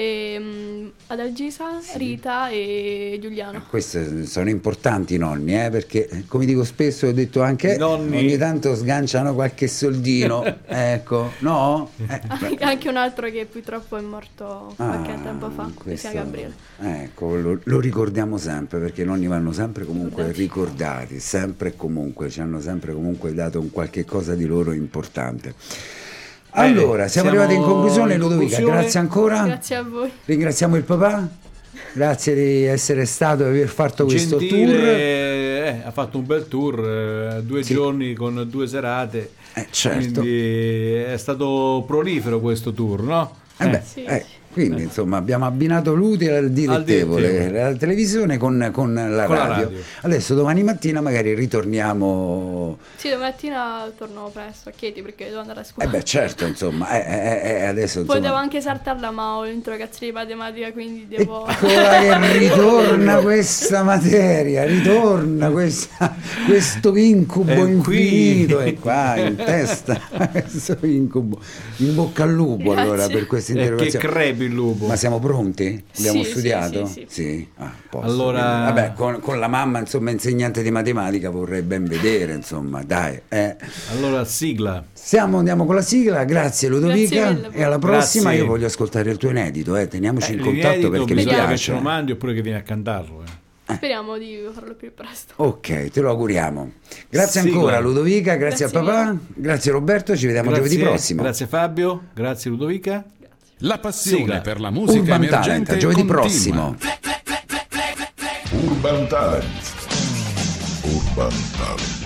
[SPEAKER 5] Adalgisa, Rita e Giuliano.
[SPEAKER 3] Questi sono importanti i nonni, perché come dico spesso, ho detto anche,
[SPEAKER 4] Nonni.
[SPEAKER 3] ogni tanto sganciano qualche soldino, ecco, no?
[SPEAKER 5] Anche un altro che purtroppo è morto qualche tempo fa, che si chiama Gabriele.
[SPEAKER 3] Ecco, lo ricordiamo sempre, perché i nonni vanno sempre comunque ricordati, sempre e comunque, ci hanno sempre comunque dato un qualche cosa di loro importante. Allora, siamo arrivati in conclusione, Ludovica, grazie ancora.
[SPEAKER 5] Grazie a voi.
[SPEAKER 3] Ringraziamo il papà, grazie di essere stato e aver fatto questo tour.
[SPEAKER 4] Ha fatto un bel tour, 2 giorni con 2 serate.
[SPEAKER 3] Certo.
[SPEAKER 4] Quindi è stato prolifero questo tour, no?
[SPEAKER 5] Sì.
[SPEAKER 3] Quindi insomma abbiamo abbinato l'utile al dilettevole, la televisione con la radio. Adesso domani mattina magari ritorniamo.
[SPEAKER 5] Sì, domattina torno presto a Chieti perché devo andare a scuola.
[SPEAKER 3] Certo, insomma, adesso insomma...
[SPEAKER 5] Potevo anche saltarla, ma ho l'interrogazione di matematica, quindi devo...
[SPEAKER 3] Eccola che ritorna questa materia, ritorna questo incubo infinito, è qua in testa, questo incubo. In bocca al lupo.
[SPEAKER 5] Grazie.
[SPEAKER 3] Allora per questa interrogazione.
[SPEAKER 4] Che crepi il lupo.
[SPEAKER 3] Ma siamo pronti? Abbiamo
[SPEAKER 5] Sì,
[SPEAKER 3] studiato?
[SPEAKER 5] sì.
[SPEAKER 3] Posso.
[SPEAKER 4] Allora...
[SPEAKER 3] Vabbè, con la mamma, insomma, insegnante di matematica, vorrei ben vedere, insomma, dai.
[SPEAKER 4] Allora, sigla.
[SPEAKER 3] Andiamo con la sigla, grazie Ludovica,
[SPEAKER 5] Grazie mille.
[SPEAKER 3] e alla prossima.
[SPEAKER 4] Grazie.
[SPEAKER 3] Io voglio ascoltare il tuo inedito, teniamoci in contatto
[SPEAKER 4] L'inedito
[SPEAKER 3] perché mi
[SPEAKER 4] bisogna che
[SPEAKER 3] piace.
[SPEAKER 4] ce lo mandi oppure che vieni a cantarlo.
[SPEAKER 5] Speriamo di farlo più presto.
[SPEAKER 3] Ok, te lo auguriamo. Grazie
[SPEAKER 4] Sigla.
[SPEAKER 3] ancora Ludovica, grazie
[SPEAKER 5] Grazie
[SPEAKER 3] al papà,
[SPEAKER 5] mille.
[SPEAKER 3] grazie Roberto, ci vediamo giovedì prossimo.
[SPEAKER 4] Grazie Fabio, grazie Ludovica.
[SPEAKER 1] La passione
[SPEAKER 4] Sigla.
[SPEAKER 1] per la musica
[SPEAKER 3] Urban Talent,
[SPEAKER 1] emergente
[SPEAKER 3] giovedì
[SPEAKER 1] continua.
[SPEAKER 3] prossimo.
[SPEAKER 2] Urban Talent. Urban Talent.